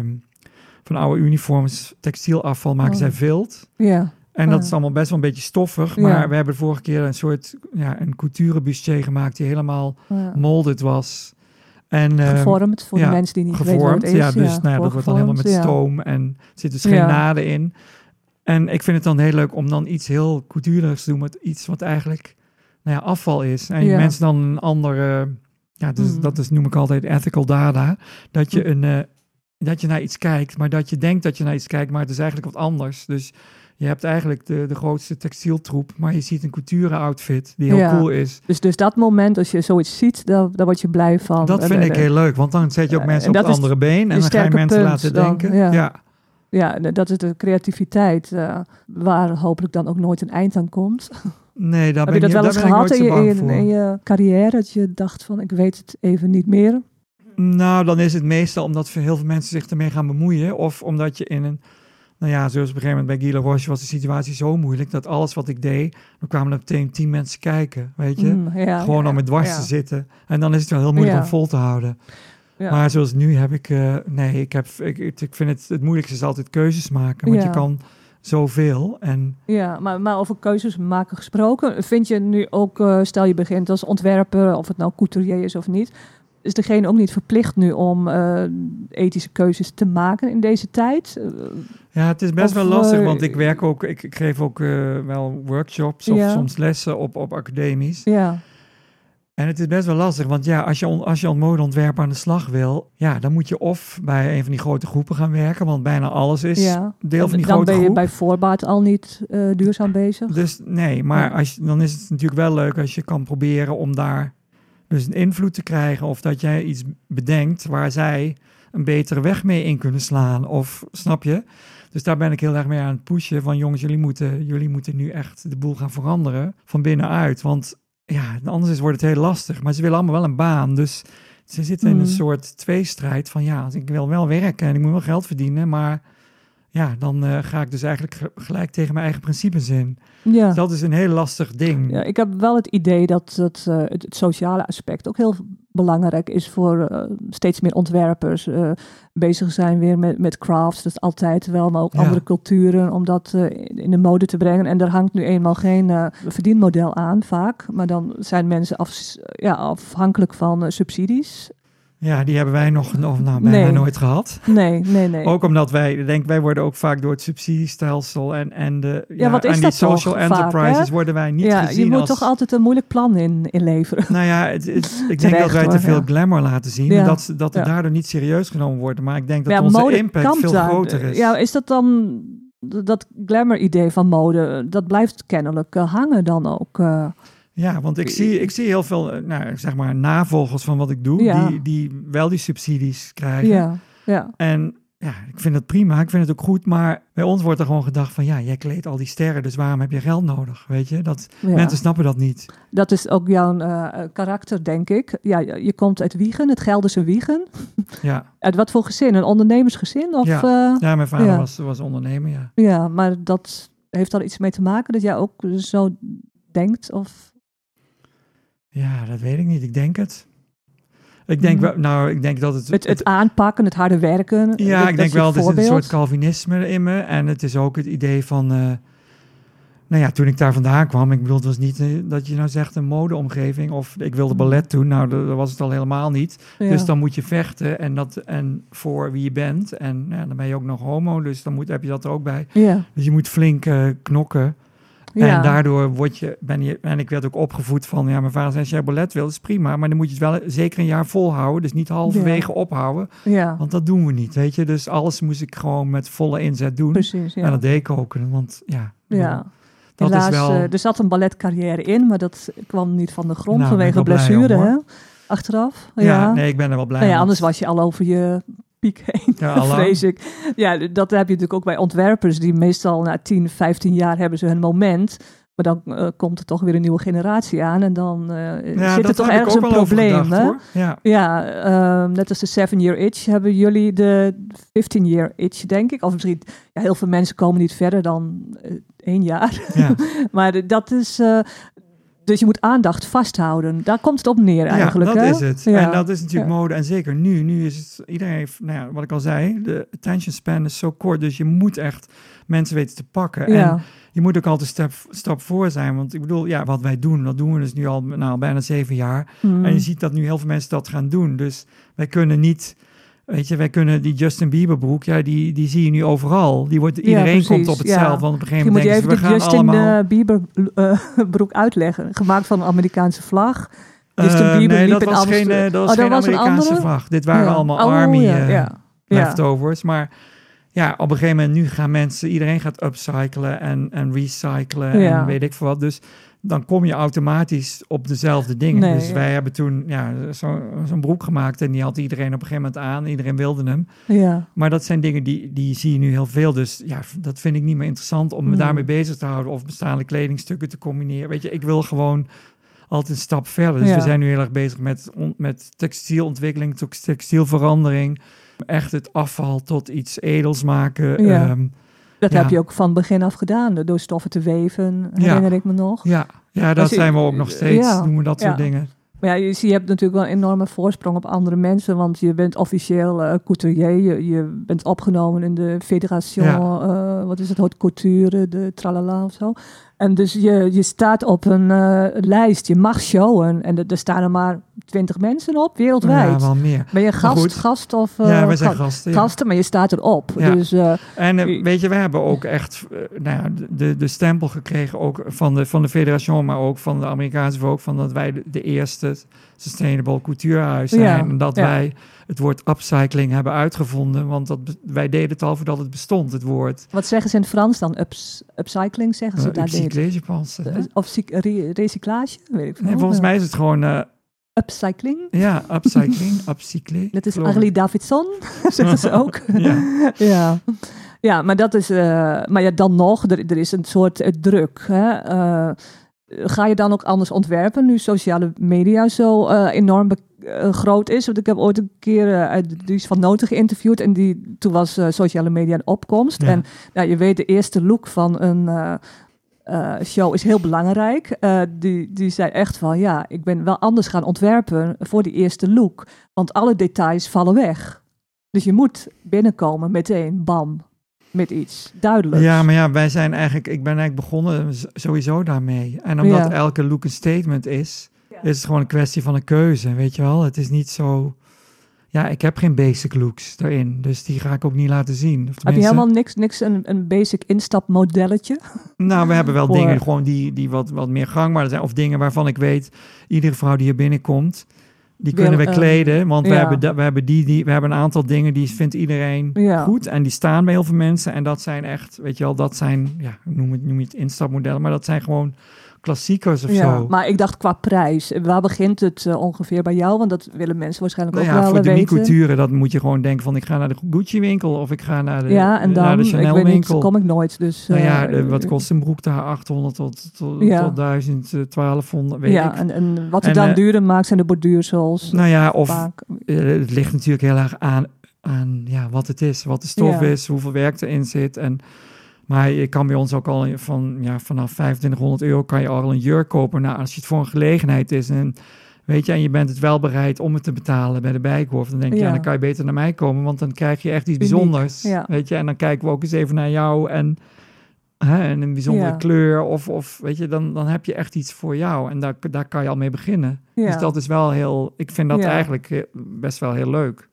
oude uniforms, textielafval maken zij vilt. Ja. En dat is allemaal best wel een beetje stoffig. Maar we hebben de vorige keer een soort een couture-bustier gemaakt die helemaal molded was. En, gevormd voor de mensen die niet weten wat het is. Ja, dus dat wordt dan helemaal met stoom en er zitten dus geen naden in. En ik vind het dan heel leuk om dan iets heel coutureurigs te doen met iets wat eigenlijk afval is. En mensen dan een andere... dat is noem ik altijd ethical data. Dat je dat je naar iets kijkt, maar dat je denkt dat je naar iets kijkt, maar het is eigenlijk wat anders. Dus je hebt eigenlijk de grootste textieltroep, maar je ziet een couture-outfit die heel cool is. Dus dat moment, als je zoiets ziet, daar word je blij van. Dat vind ik heel leuk, want dan zet je ook mensen op het andere been en dan ga je mensen laten denken. Ja, dat is de creativiteit waar hopelijk dan ook nooit een eind aan komt. Nee, daar heb je dat wel eens gehad in je carrière, dat je dacht van, ik weet het even niet meer? Nou, dan is het meestal omdat heel veel mensen zich ermee gaan bemoeien. Of omdat je in een... zoals op een gegeven moment bij Guy Laroche was de situatie zo moeilijk dat alles wat ik deed, dan kwamen er meteen 10 mensen kijken, weet je? Gewoon om het dwars te zitten. En dan is het wel heel moeilijk om vol te houden. Ja. Maar zoals nu heb ik... ik vind het moeilijkste is altijd keuzes maken. Want je kan zoveel. En... Ja, maar over keuzes maken gesproken. Vind je nu ook, stel je begint als ontwerper, of het nou couturier is of niet, is degene ook niet verplicht nu om ethische keuzes te maken in deze tijd? Ja, het is best wel lastig, want ik werk ook, ik geef ook wel workshops of soms lessen op academies. Ja. En het is best wel lastig, want als je modeontwerper aan de slag wil, dan moet je of bij een van die grote groepen gaan werken, want bijna alles is deel van die grote groep. Dan ben je bij voorbaat al niet duurzaam bezig. Dus nee, maar dan is het natuurlijk wel leuk als je kan proberen om daar dus een invloed te krijgen, of dat jij iets bedenkt waar zij een betere weg mee in kunnen slaan, of snap je? Dus daar ben ik heel erg mee aan het pushen van jongens, jullie moeten nu echt de boel gaan veranderen van binnenuit, want anders wordt het heel lastig. Maar ze willen allemaal wel een baan. Dus ze zitten in een soort tweestrijd van ik wil wel werken en ik moet wel geld verdienen. Maar dan ga ik dus eigenlijk gelijk tegen mijn eigen principes in. Ja. Dus dat is een heel lastig ding. Ja, ik heb wel het idee dat het sociale aspect ook heel belangrijk is voor steeds meer ontwerpers. Bezig zijn weer met crafts, dat is altijd wel, maar ook andere culturen, om dat in de mode te brengen. En er hangt nu eenmaal geen verdienmodel aan, vaak. Maar dan zijn mensen afhankelijk van subsidies. Ja, die hebben wij nog bijna nooit gehad. Nee. Ook omdat wij worden ook vaak door het subsidiestelsel en wat is die dat social toch enterprises vaak, worden wij niet gezien. Je moet als... toch altijd een moeilijk plan inleveren. Nou ja, ik denk dat wij te veel glamour laten zien. Ja. En dat het daardoor niet serieus genomen wordt. Maar ik denk dat onze impact veel groter is. Ja, is dat dan dat glamour idee van mode? Dat blijft kennelijk hangen dan ook. Ja, want ik zie heel veel navolgers van wat ik doe, die wel die subsidies krijgen. Ja. En ja, ik vind het prima, ik vind het ook goed, maar bij ons wordt er gewoon gedacht van, jij kleedt al die sterren, dus waarom heb je geld nodig, weet je? Mensen snappen dat niet. Dat is ook jouw karakter, denk ik. Ja, je komt uit Wijchen, het Gelderse Wijchen. Ja. Uit wat voor gezin? Een ondernemersgezin? Of, ja, mijn vader was ondernemer, ja. Ja, maar dat heeft er iets mee te maken dat jij ook zo denkt, of... Ja, dat weet ik niet. Ik denk het. Ik denk dat het aanpakken, het harde werken. Ja, ik denk wel, er zit een soort Calvinisme in me. En het is ook het idee van... toen ik daar vandaan kwam... Ik bedoel, het was niet dat je nou zegt een modeomgeving... of ik wilde ballet doen. Nou, dat was het al helemaal niet. Ja. Dus dan moet je vechten en voor wie je bent. En dan ben je ook nog homo, dus dan heb je dat er ook bij. Ja. Dus je moet flink knokken. Ja. En daardoor en ik werd ook opgevoed van, mijn vader zei, als jij ballet wil, is prima, maar dan moet je het wel zeker een jaar volhouden, dus niet halverwege ophouden, want dat doen we niet, weet je. Dus alles moest ik gewoon met volle inzet doen. Precies, ja. En dat deed ik ook, want dat helaas, is wel... er zat een balletcarrière in, maar dat kwam niet van de grond vanwege blessure, hè? Achteraf. Ja, nee, ik ben er wel blij mee. Anders was je al over je... piek heen, vrees ik. Ja, dat heb je natuurlijk ook bij ontwerpers die meestal na 10, 15 jaar hebben ze hun moment. Maar dan komt er toch weer een nieuwe generatie aan en dan zit er toch ergens een probleem. Gedacht, hè? Net als de 7-year itch hebben jullie de 15-year itch, denk ik. Of misschien, heel veel mensen komen niet verder dan 1 jaar. Ja. Maar dat is... Dus je moet aandacht vasthouden. Daar komt het op neer eigenlijk. Ja, dat is het. Ja. En dat is natuurlijk mode. En zeker nu. Nu is het... Iedereen heeft... wat ik al zei. De attention span is zo kort. Dus je moet echt mensen weten te pakken. Ja. En je moet ook altijd stap voor zijn. Want ik bedoel, wat wij doen, dat doen we dus nu al bijna 7 jaar. En je ziet dat nu heel veel mensen dat gaan doen. Dus wij kunnen niet... Weet je, wij kunnen die Justin Bieber broek, die zie je nu overal. Iedereen komt op hetzelfde. Want op een gegeven moment denken ze, we gaan allemaal... Justin Bieber broek uitleggen. Gemaakt van een Amerikaanse vlag. Justin Bieber nee, dat was geen Amerikaanse vlag. Dit waren allemaal Army leftovers. Maar op een gegeven moment nu gaan iedereen gaat upcyclen en recyclen en weet ik veel wat. Dus dan kom je automatisch op dezelfde dingen. Dus wij hebben toen zo'n broek gemaakt en die had iedereen op een gegeven moment aan. Iedereen wilde hem. Ja. Maar dat zijn dingen die zie je nu heel veel. Dus dat vind ik niet meer interessant om me daarmee bezig te houden of bestaande kledingstukken te combineren. Weet je, ik wil gewoon altijd een stap verder. Dus we zijn nu heel erg bezig met textielontwikkeling, textielverandering. Echt het afval tot iets edels maken. Ja. Dat heb je ook van begin af gedaan, door stoffen te weven, herinner ik me nog. Ja, dat zijn we ook nog steeds, doen we dat soort dingen. Maar je hebt natuurlijk wel een enorme voorsprong op andere mensen, want je bent officieel couturier, je bent opgenomen in de Fédération, wat is het, haute couture, de tralala of zo. En dus je staat op een lijst, je mag showen en er staan er maar 20 mensen op, wereldwijd. Ja, wel meer. Ben je gast of... ja, wij zijn gasten. Gasten, maar je staat erop. Ja. Dus, weet je, we hebben ook echt de stempel gekregen ook van de Fédération, maar ook van de Amerikaanse Vogue, van dat wij de eerste sustainable couturehuis zijn. Ja. En dat wij het woord upcycling hebben uitgevonden, want wij deden het al voordat het bestond, het woord. Wat zeggen ze in het Frans dan? Upcycling zeggen ze daar? Upcyclage, je pense. Of recyclage? Weet ik veel. Nee, volgens mij is het gewoon... upcycling? Ja, upcycling, upcycling. Dat is Harley Davidson, zeggen ze ook. Ja, maar dat is... maar dan nog, er is een soort druk, hè? Ga je dan ook anders ontwerpen, nu sociale media zo enorm groot is. Want ik heb ooit een keer Dries van Noten geïnterviewd. En toen was sociale media een opkomst. Ja. En je weet, de eerste look van een show is heel belangrijk. Die zei echt van, ik ben wel anders gaan ontwerpen voor die eerste look. Want alle details vallen weg. Dus je moet binnenkomen meteen, bam, met iets duidelijks. Ja, maar ik ben eigenlijk begonnen sowieso daarmee. En omdat elke look een statement is het gewoon een kwestie van een keuze, weet je wel. Het is niet zo... Ja, ik heb geen basic looks daarin, dus die ga ik ook niet laten zien. Heb je helemaal niks een basic instapmodelletje? Nou, we hebben wel dingen gewoon die wat meer gangbaar zijn. Of dingen waarvan ik weet, iedere vrouw die hier binnenkomt, die kunnen we kleden. Want we hebben een aantal dingen die vindt iedereen goed. En die staan bij heel veel mensen. En dat zijn echt, weet je wel, dat zijn, noem je het instapmodellen. Maar dat zijn gewoon klassiekers of zo. Maar ik dacht qua prijs. Waar begint het ongeveer bij jou? Want dat willen mensen waarschijnlijk ook wel weten. Voor de couture, dat moet je gewoon denken van ik ga naar de Gucci winkel of ik ga naar de, naar de Chanel winkel. Niet, kom ik nooit. Dus, wat kost een broek daar? 800 tot 1000, 1200, weet ik. En wat het dan duurder maakt zijn de borduursels. Het ligt natuurlijk heel erg aan wat het is, wat de stof is, hoeveel werk erin zit Maar je kan bij ons ook al vanaf €2500 kan je al een jurk kopen. Nou, als je het voor een gelegenheid is en je bent het wel bereid om het te betalen bij de Bijenkorf, dan denk je, dan kan je beter naar mij komen, want dan krijg je echt iets bijzonders. Ja. Weet je, en dan kijken we ook eens even naar jou en een bijzondere kleur of weet je, dan heb je echt iets voor jou en daar kan je al mee beginnen. Ja. Dus dat is wel ik vind dat eigenlijk best wel heel leuk.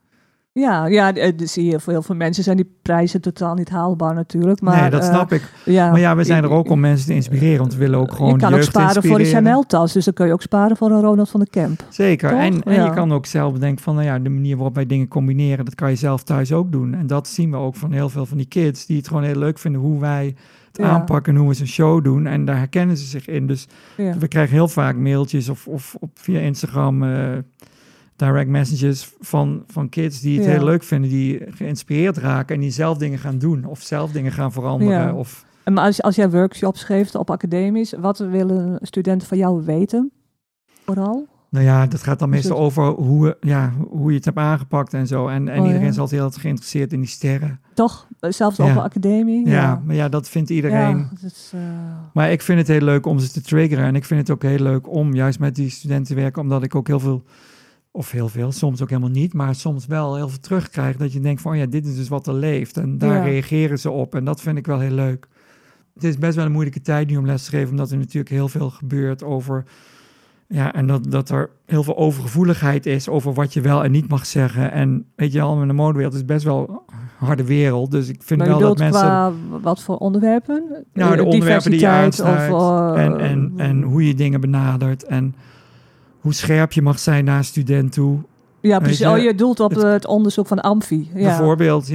Zie je, voor heel veel mensen zijn die prijzen totaal niet haalbaar natuurlijk. Maar, nee, dat snap ik. Maar we zijn er ook om mensen te inspireren. Want we willen ook gewoon de jeugd inspireren. Je kan ook sparen voor een Chanel-tas. Dus dan kun je ook sparen voor een Ronald van de Kemp. Zeker. En je kan ook zelf bedenken van... de manier waarop wij dingen combineren... dat kan je zelf thuis ook doen. En dat zien we ook van heel veel van die kids... die het gewoon heel leuk vinden hoe wij het aanpakken... en hoe we zo'n show doen. En daar herkennen ze zich in. Dus we krijgen heel vaak mailtjes of via Instagram... direct messages van kids die het heel leuk vinden, die geïnspireerd raken en die zelf dingen gaan doen of zelf dingen gaan veranderen. Ja. Maar als jij workshops geeft op academisch, wat willen studenten van jou weten? Vooral? Nou dat gaat dan meestal over hoe je het hebt aangepakt en zo. En iedereen is altijd heel geïnteresseerd in die sterren. Toch? Zelfs over academie? Ja, maar dat vindt iedereen. Ja, maar ik vind het heel leuk om ze te triggeren en ik vind het ook heel leuk om juist met die studenten te werken, omdat ik ook heel veel, soms ook helemaal niet, maar soms wel heel veel terugkrijg. Dat je denkt van, dit is dus wat er leeft. En daar reageren ze op. En dat vind ik wel heel leuk. Het is best wel een moeilijke tijd nu om les te geven, omdat er natuurlijk heel veel gebeurt over... en dat er heel veel overgevoeligheid is over wat je wel en niet mag zeggen. En weet je al, in de modewereld is best wel een harde wereld. Dus ik vind wel dat mensen... qua wat voor onderwerpen? Nou, de onderwerpen die je aansnijdt en hoe je dingen benadert en... hoe scherp je mag zijn naar een student toe. Ja, precies. Je doelt op het onderzoek van Amfi. Ja. Bijvoorbeeld,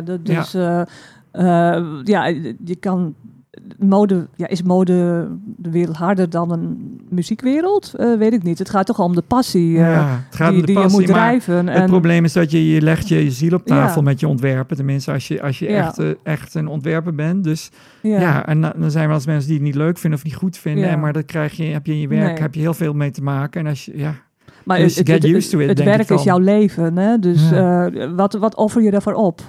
je kan... is mode de wereld harder dan een muziekwereld? Weet ik niet. Het gaat toch om de passie die je moet drijven. Het probleem is dat je legt je ziel op tafel met je ontwerpen. Tenminste, als je echt een ontwerper bent. Dus en dan zijn er wel eens mensen die het niet leuk vinden of niet goed vinden. Maar dat heb je in je werk heb je heel veel mee te maken. En als je, maar dus get used to it, het werk is jouw leven. Hè? Dus wat offer je daarvoor op?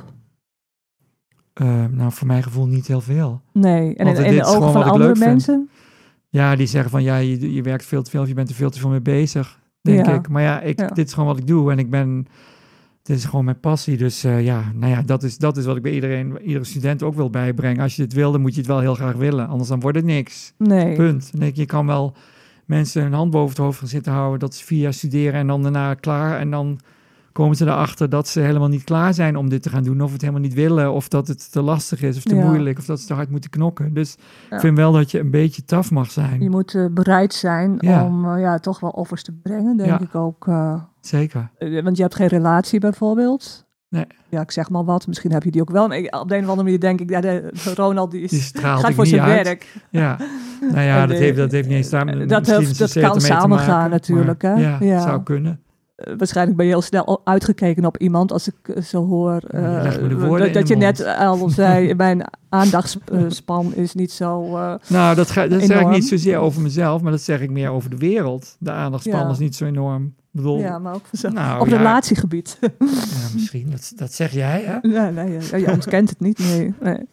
Voor mijn gevoel niet heel veel. Nee, en in de ogen van andere mensen? Ja, die zeggen van je werkt veel te veel of je bent er veel te veel mee bezig, denk ik. Maar dit is gewoon wat ik doe en dit is gewoon mijn passie. Dus dat is wat ik bij iedere student ook wil bijbrengen. Als je dit wil, dan moet je het wel heel graag willen. Anders dan wordt het niks. Nee. Punt. Dan denk je kan wel mensen een hand boven het hoofd gaan zitten houden, dat ze 4 jaar studeren en dan daarna klaar en dan... komen ze erachter dat ze helemaal niet klaar zijn om dit te gaan doen. Of het helemaal niet willen. Of dat het te lastig is of te moeilijk. Of dat ze te hard moeten knokken. Dus ik vind wel dat je een beetje taf mag zijn. Je moet bereid zijn om toch wel offers te brengen. Denk ik ook. Zeker. Want je hebt geen relatie bijvoorbeeld. Nee. Ja, ik zeg maar wat. Misschien heb je die ook wel. Maar op de een of andere manier denk ik... Ronald die gaat voor zijn uit. werk. Ja. Dat heeft niet eens daar... Dat kan samen gaan natuurlijk. Maar, hè? Ja, zou kunnen. Waarschijnlijk ben je heel snel uitgekeken op iemand als ik zo hoor. Dat je net al zei, mijn aandachtsspan is niet zo dat zeg ik niet zozeer over mezelf, maar dat zeg ik meer over de wereld. De aandachtsspan is niet zo enorm. bedoel, ja, maar ook op relatiegebied. Ja, misschien, dat zeg jij, hè? Nee, je ontkent het niet, nee.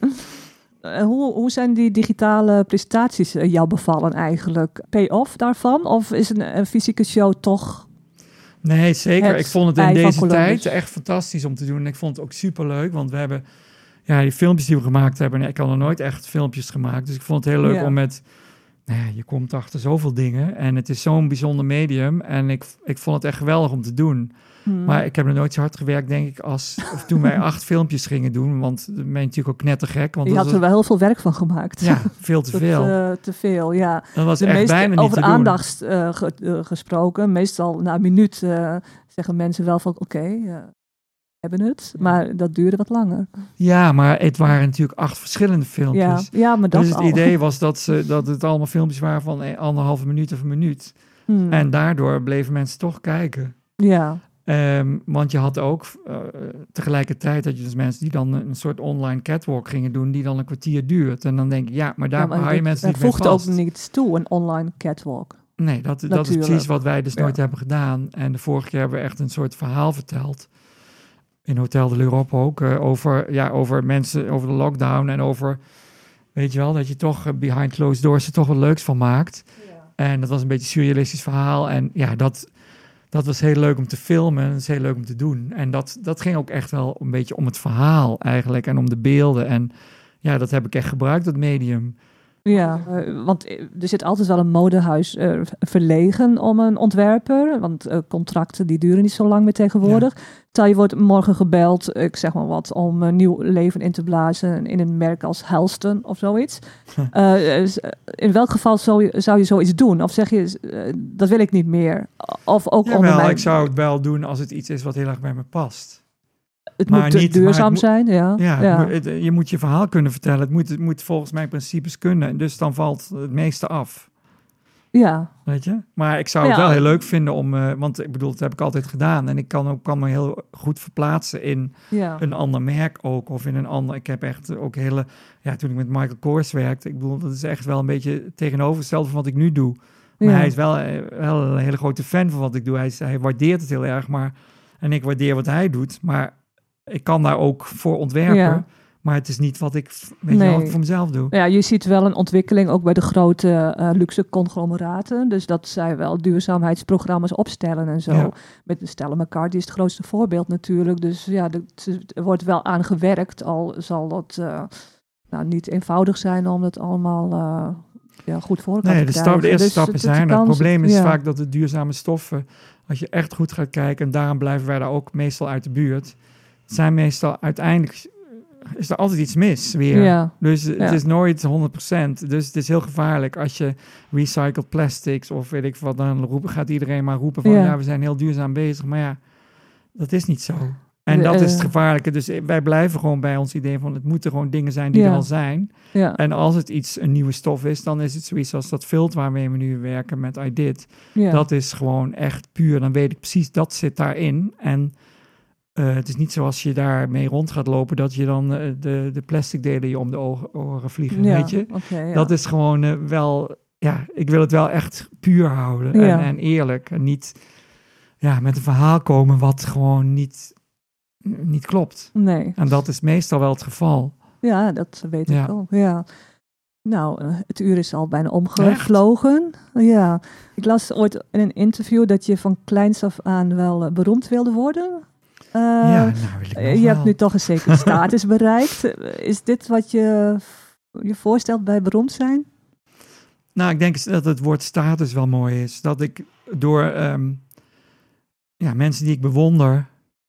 Hoe zijn die digitale presentaties jou bevallen eigenlijk? Pay-off daarvan? Of is een fysieke show toch... Nee, zeker. Ik vond het in deze tijd echt fantastisch om te doen. En ik vond het ook superleuk, want we hebben... Ja, die filmpjes die we gemaakt hebben... Ik had nog nooit echt filmpjes gemaakt. Dus ik vond het heel leuk om met... je komt achter zoveel dingen. En het is zo'n bijzonder medium. En ik vond het echt geweldig om te doen. Maar ik heb nog nooit zo hard gewerkt, denk ik, als toen wij 8 filmpjes gingen doen. Want dat ben je natuurlijk ook knettergek. Want je had er wel heel veel werk van gemaakt. Ja, veel te veel. Te veel, ja. Dat was echt bijna niet over te doen. Aandacht gesproken. Meestal na een minuut zeggen mensen wel van oké, hebben het. Maar dat duurde wat langer. Ja, maar het waren natuurlijk 8 verschillende filmpjes. Ja, maar dat dus het idee was dat het allemaal filmpjes waren van 1,5 minuut of een minuut. En daardoor bleven mensen toch kijken. Ja. Want je had ook tegelijkertijd dat je dus mensen die dan een soort online catwalk gingen doen, die dan een kwartier duurt. En dan denk ik, maar daar hou je mensen niet mee vast. Dat voegt ook niets toe, een online catwalk. Nee, dat is precies wat wij dus nooit hebben gedaan. En de vorige keer hebben we echt een soort verhaal verteld. In Hotel de l'Europe ook, over mensen, over de lockdown en over, weet je wel, dat je toch behind closed doors er toch wat leuks van maakt. Ja. En dat was een beetje een surrealistisch verhaal. En ja, dat was heel leuk om te filmen en dat is heel leuk om te doen. En dat ging ook echt wel een beetje om het verhaal eigenlijk en om de beelden. En ja, dat heb ik echt gebruikt, dat medium. Ja, want er zit altijd wel een modehuis verlegen om een ontwerper. Want contracten die duren niet zo lang meer tegenwoordig. Ja. Stel je wordt morgen gebeld, ik zeg maar wat, om een nieuw leven in te blazen in een merk als Halston of zoiets. In welk geval zou je zoiets doen? Of zeg je, dat wil ik niet meer? Of ook ik zou het wel doen als het iets is wat heel erg bij me past. Het moet niet duurzaam zijn, ja. Je moet je verhaal kunnen vertellen. Het moet volgens mijn principes kunnen. Dus dan valt het meeste af. Ja. Weet je? Maar ik zou het wel heel leuk vinden om... want ik bedoel, dat heb ik altijd gedaan. En ik kan me heel goed verplaatsen in een ander merk ook. Of in een ander... Ik heb echt ook hele... Ja, toen ik met Michael Kors werkte... Ik bedoel, dat is echt wel een beetje tegenovergesteld van wat ik nu doe. Maar hij is wel een hele grote fan van wat ik doe. Hij waardeert het heel erg. En ik waardeer wat hij doet. Maar... Ik kan daar ook voor ontwerpen, maar het is niet wat ik voor mezelf doe. Ja, je ziet wel een ontwikkeling ook bij de grote luxe conglomeraten. Dus dat zij wel duurzaamheidsprogramma's opstellen en zo. Ja. Met de Stella McCartney is het grootste voorbeeld natuurlijk. Dus ja, er wordt wel aan gewerkt. Al zal dat niet eenvoudig zijn om het allemaal goed voor elkaar te krijgen. De eerste stappen zijn er. Het probleem is vaak dat de duurzame stoffen, als je echt goed gaat kijken, en daarom blijven wij daar ook meestal uit de buurt, zijn meestal uiteindelijk is er altijd iets mis weer. Ja. Dus het is nooit 100%. Dus het is heel gevaarlijk als je recycled plastics of weet ik wat, dan gaat iedereen maar roepen van we zijn heel duurzaam bezig. Maar ja, dat is niet zo. En dat is het gevaarlijke. Dus wij blijven gewoon bij ons idee van het moeten gewoon dingen zijn die er al zijn. Ja. En als het een nieuwe stof is, dan is het zoiets als dat vult waarmee we nu werken met iDid. Ja. Dat is gewoon echt puur. Dan weet ik precies, dat zit daarin. En het is niet zoals je daarmee rond gaat lopen dat je dan de plastic delen je om de oren vliegen, weet je? Okay, dat is gewoon wel, ik wil het wel echt puur houden en eerlijk. En niet met een verhaal komen wat gewoon niet klopt. Nee. En dat is meestal wel het geval. Ja, dat weet ik ook, Nou, het uur is al bijna omgevlogen. Echt? Ja. Ik las ooit in een interview dat je van kleins af aan wel beroemd wilde worden. Je hebt nu toch een zekere status bereikt. Is dit wat je voorstelt bij beroemd zijn? Nou, ik denk dat het woord status wel mooi is. Dat ik door mensen die ik bewonder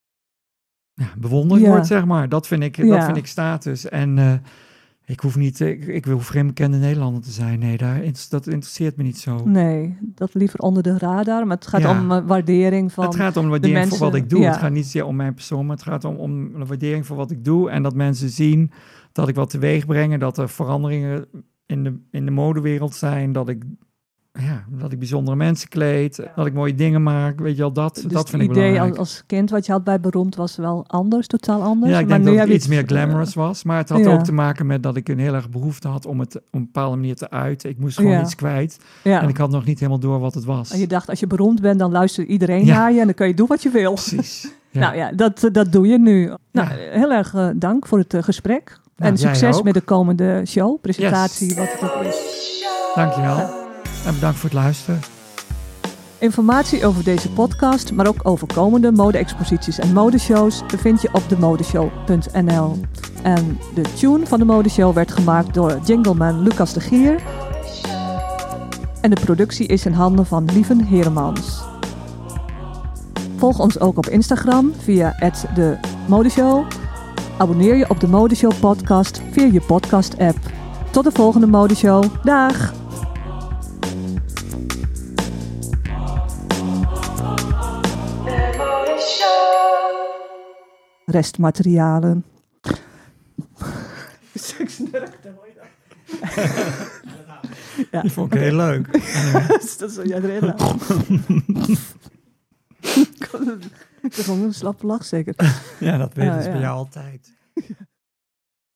bewonderd word, zeg maar. Dat vind ik status. En ik hoef geen bekende Nederlander te zijn. Nee, dat interesseert me niet zo. Nee, dat liever onder de radar. Maar het gaat om waardering van. Het gaat om waardering voor wat ik doe. Het gaat niet zozeer om mijn persoon, maar het gaat om een waardering voor wat ik doe. En dat mensen zien dat ik wat teweeg breng. Dat er veranderingen in de modewereld zijn. Dat ik dat ik bijzondere mensen kleed, dat ik mooie dingen maak, weet je wel, dat vind ik belangrijk. Het idee als kind wat je had bij Beroemd was wel anders, totaal anders. Ja, ik denk dat het iets meer glamorous was, maar het had ook te maken met dat ik een heel erg behoefte had om het op een bepaalde manier te uiten. Ik moest gewoon iets kwijt en ik had nog niet helemaal door wat het was. En je dacht, als je beroemd bent, dan luistert iedereen naar je en dan kun je doen wat je wil. Precies. Ja. Nou ja, dat doe je nu. Nou, heel erg dank voor het gesprek. En succes met de komende show, presentatie, wat het ook is. Dankjewel. En bedankt voor het luisteren. Informatie over deze podcast, maar ook over komende mode-exposities en modeshows vind je op demodeshow.nl. En de tune van de modeshow werd gemaakt door jingleman Lucas de Gier. En de productie is in handen van Lieven Heremans. Volg ons ook op Instagram via @demodeshow. Abonneer je op de Modeshow podcast via je podcast app. Tot de volgende Modeshow. Dag! Restmaterialen. Ja. Die vond ik heel leuk. Dat is ja, heel leuk. Ik had een slappe lach zeker. Ja, dat weet ik bij jou altijd.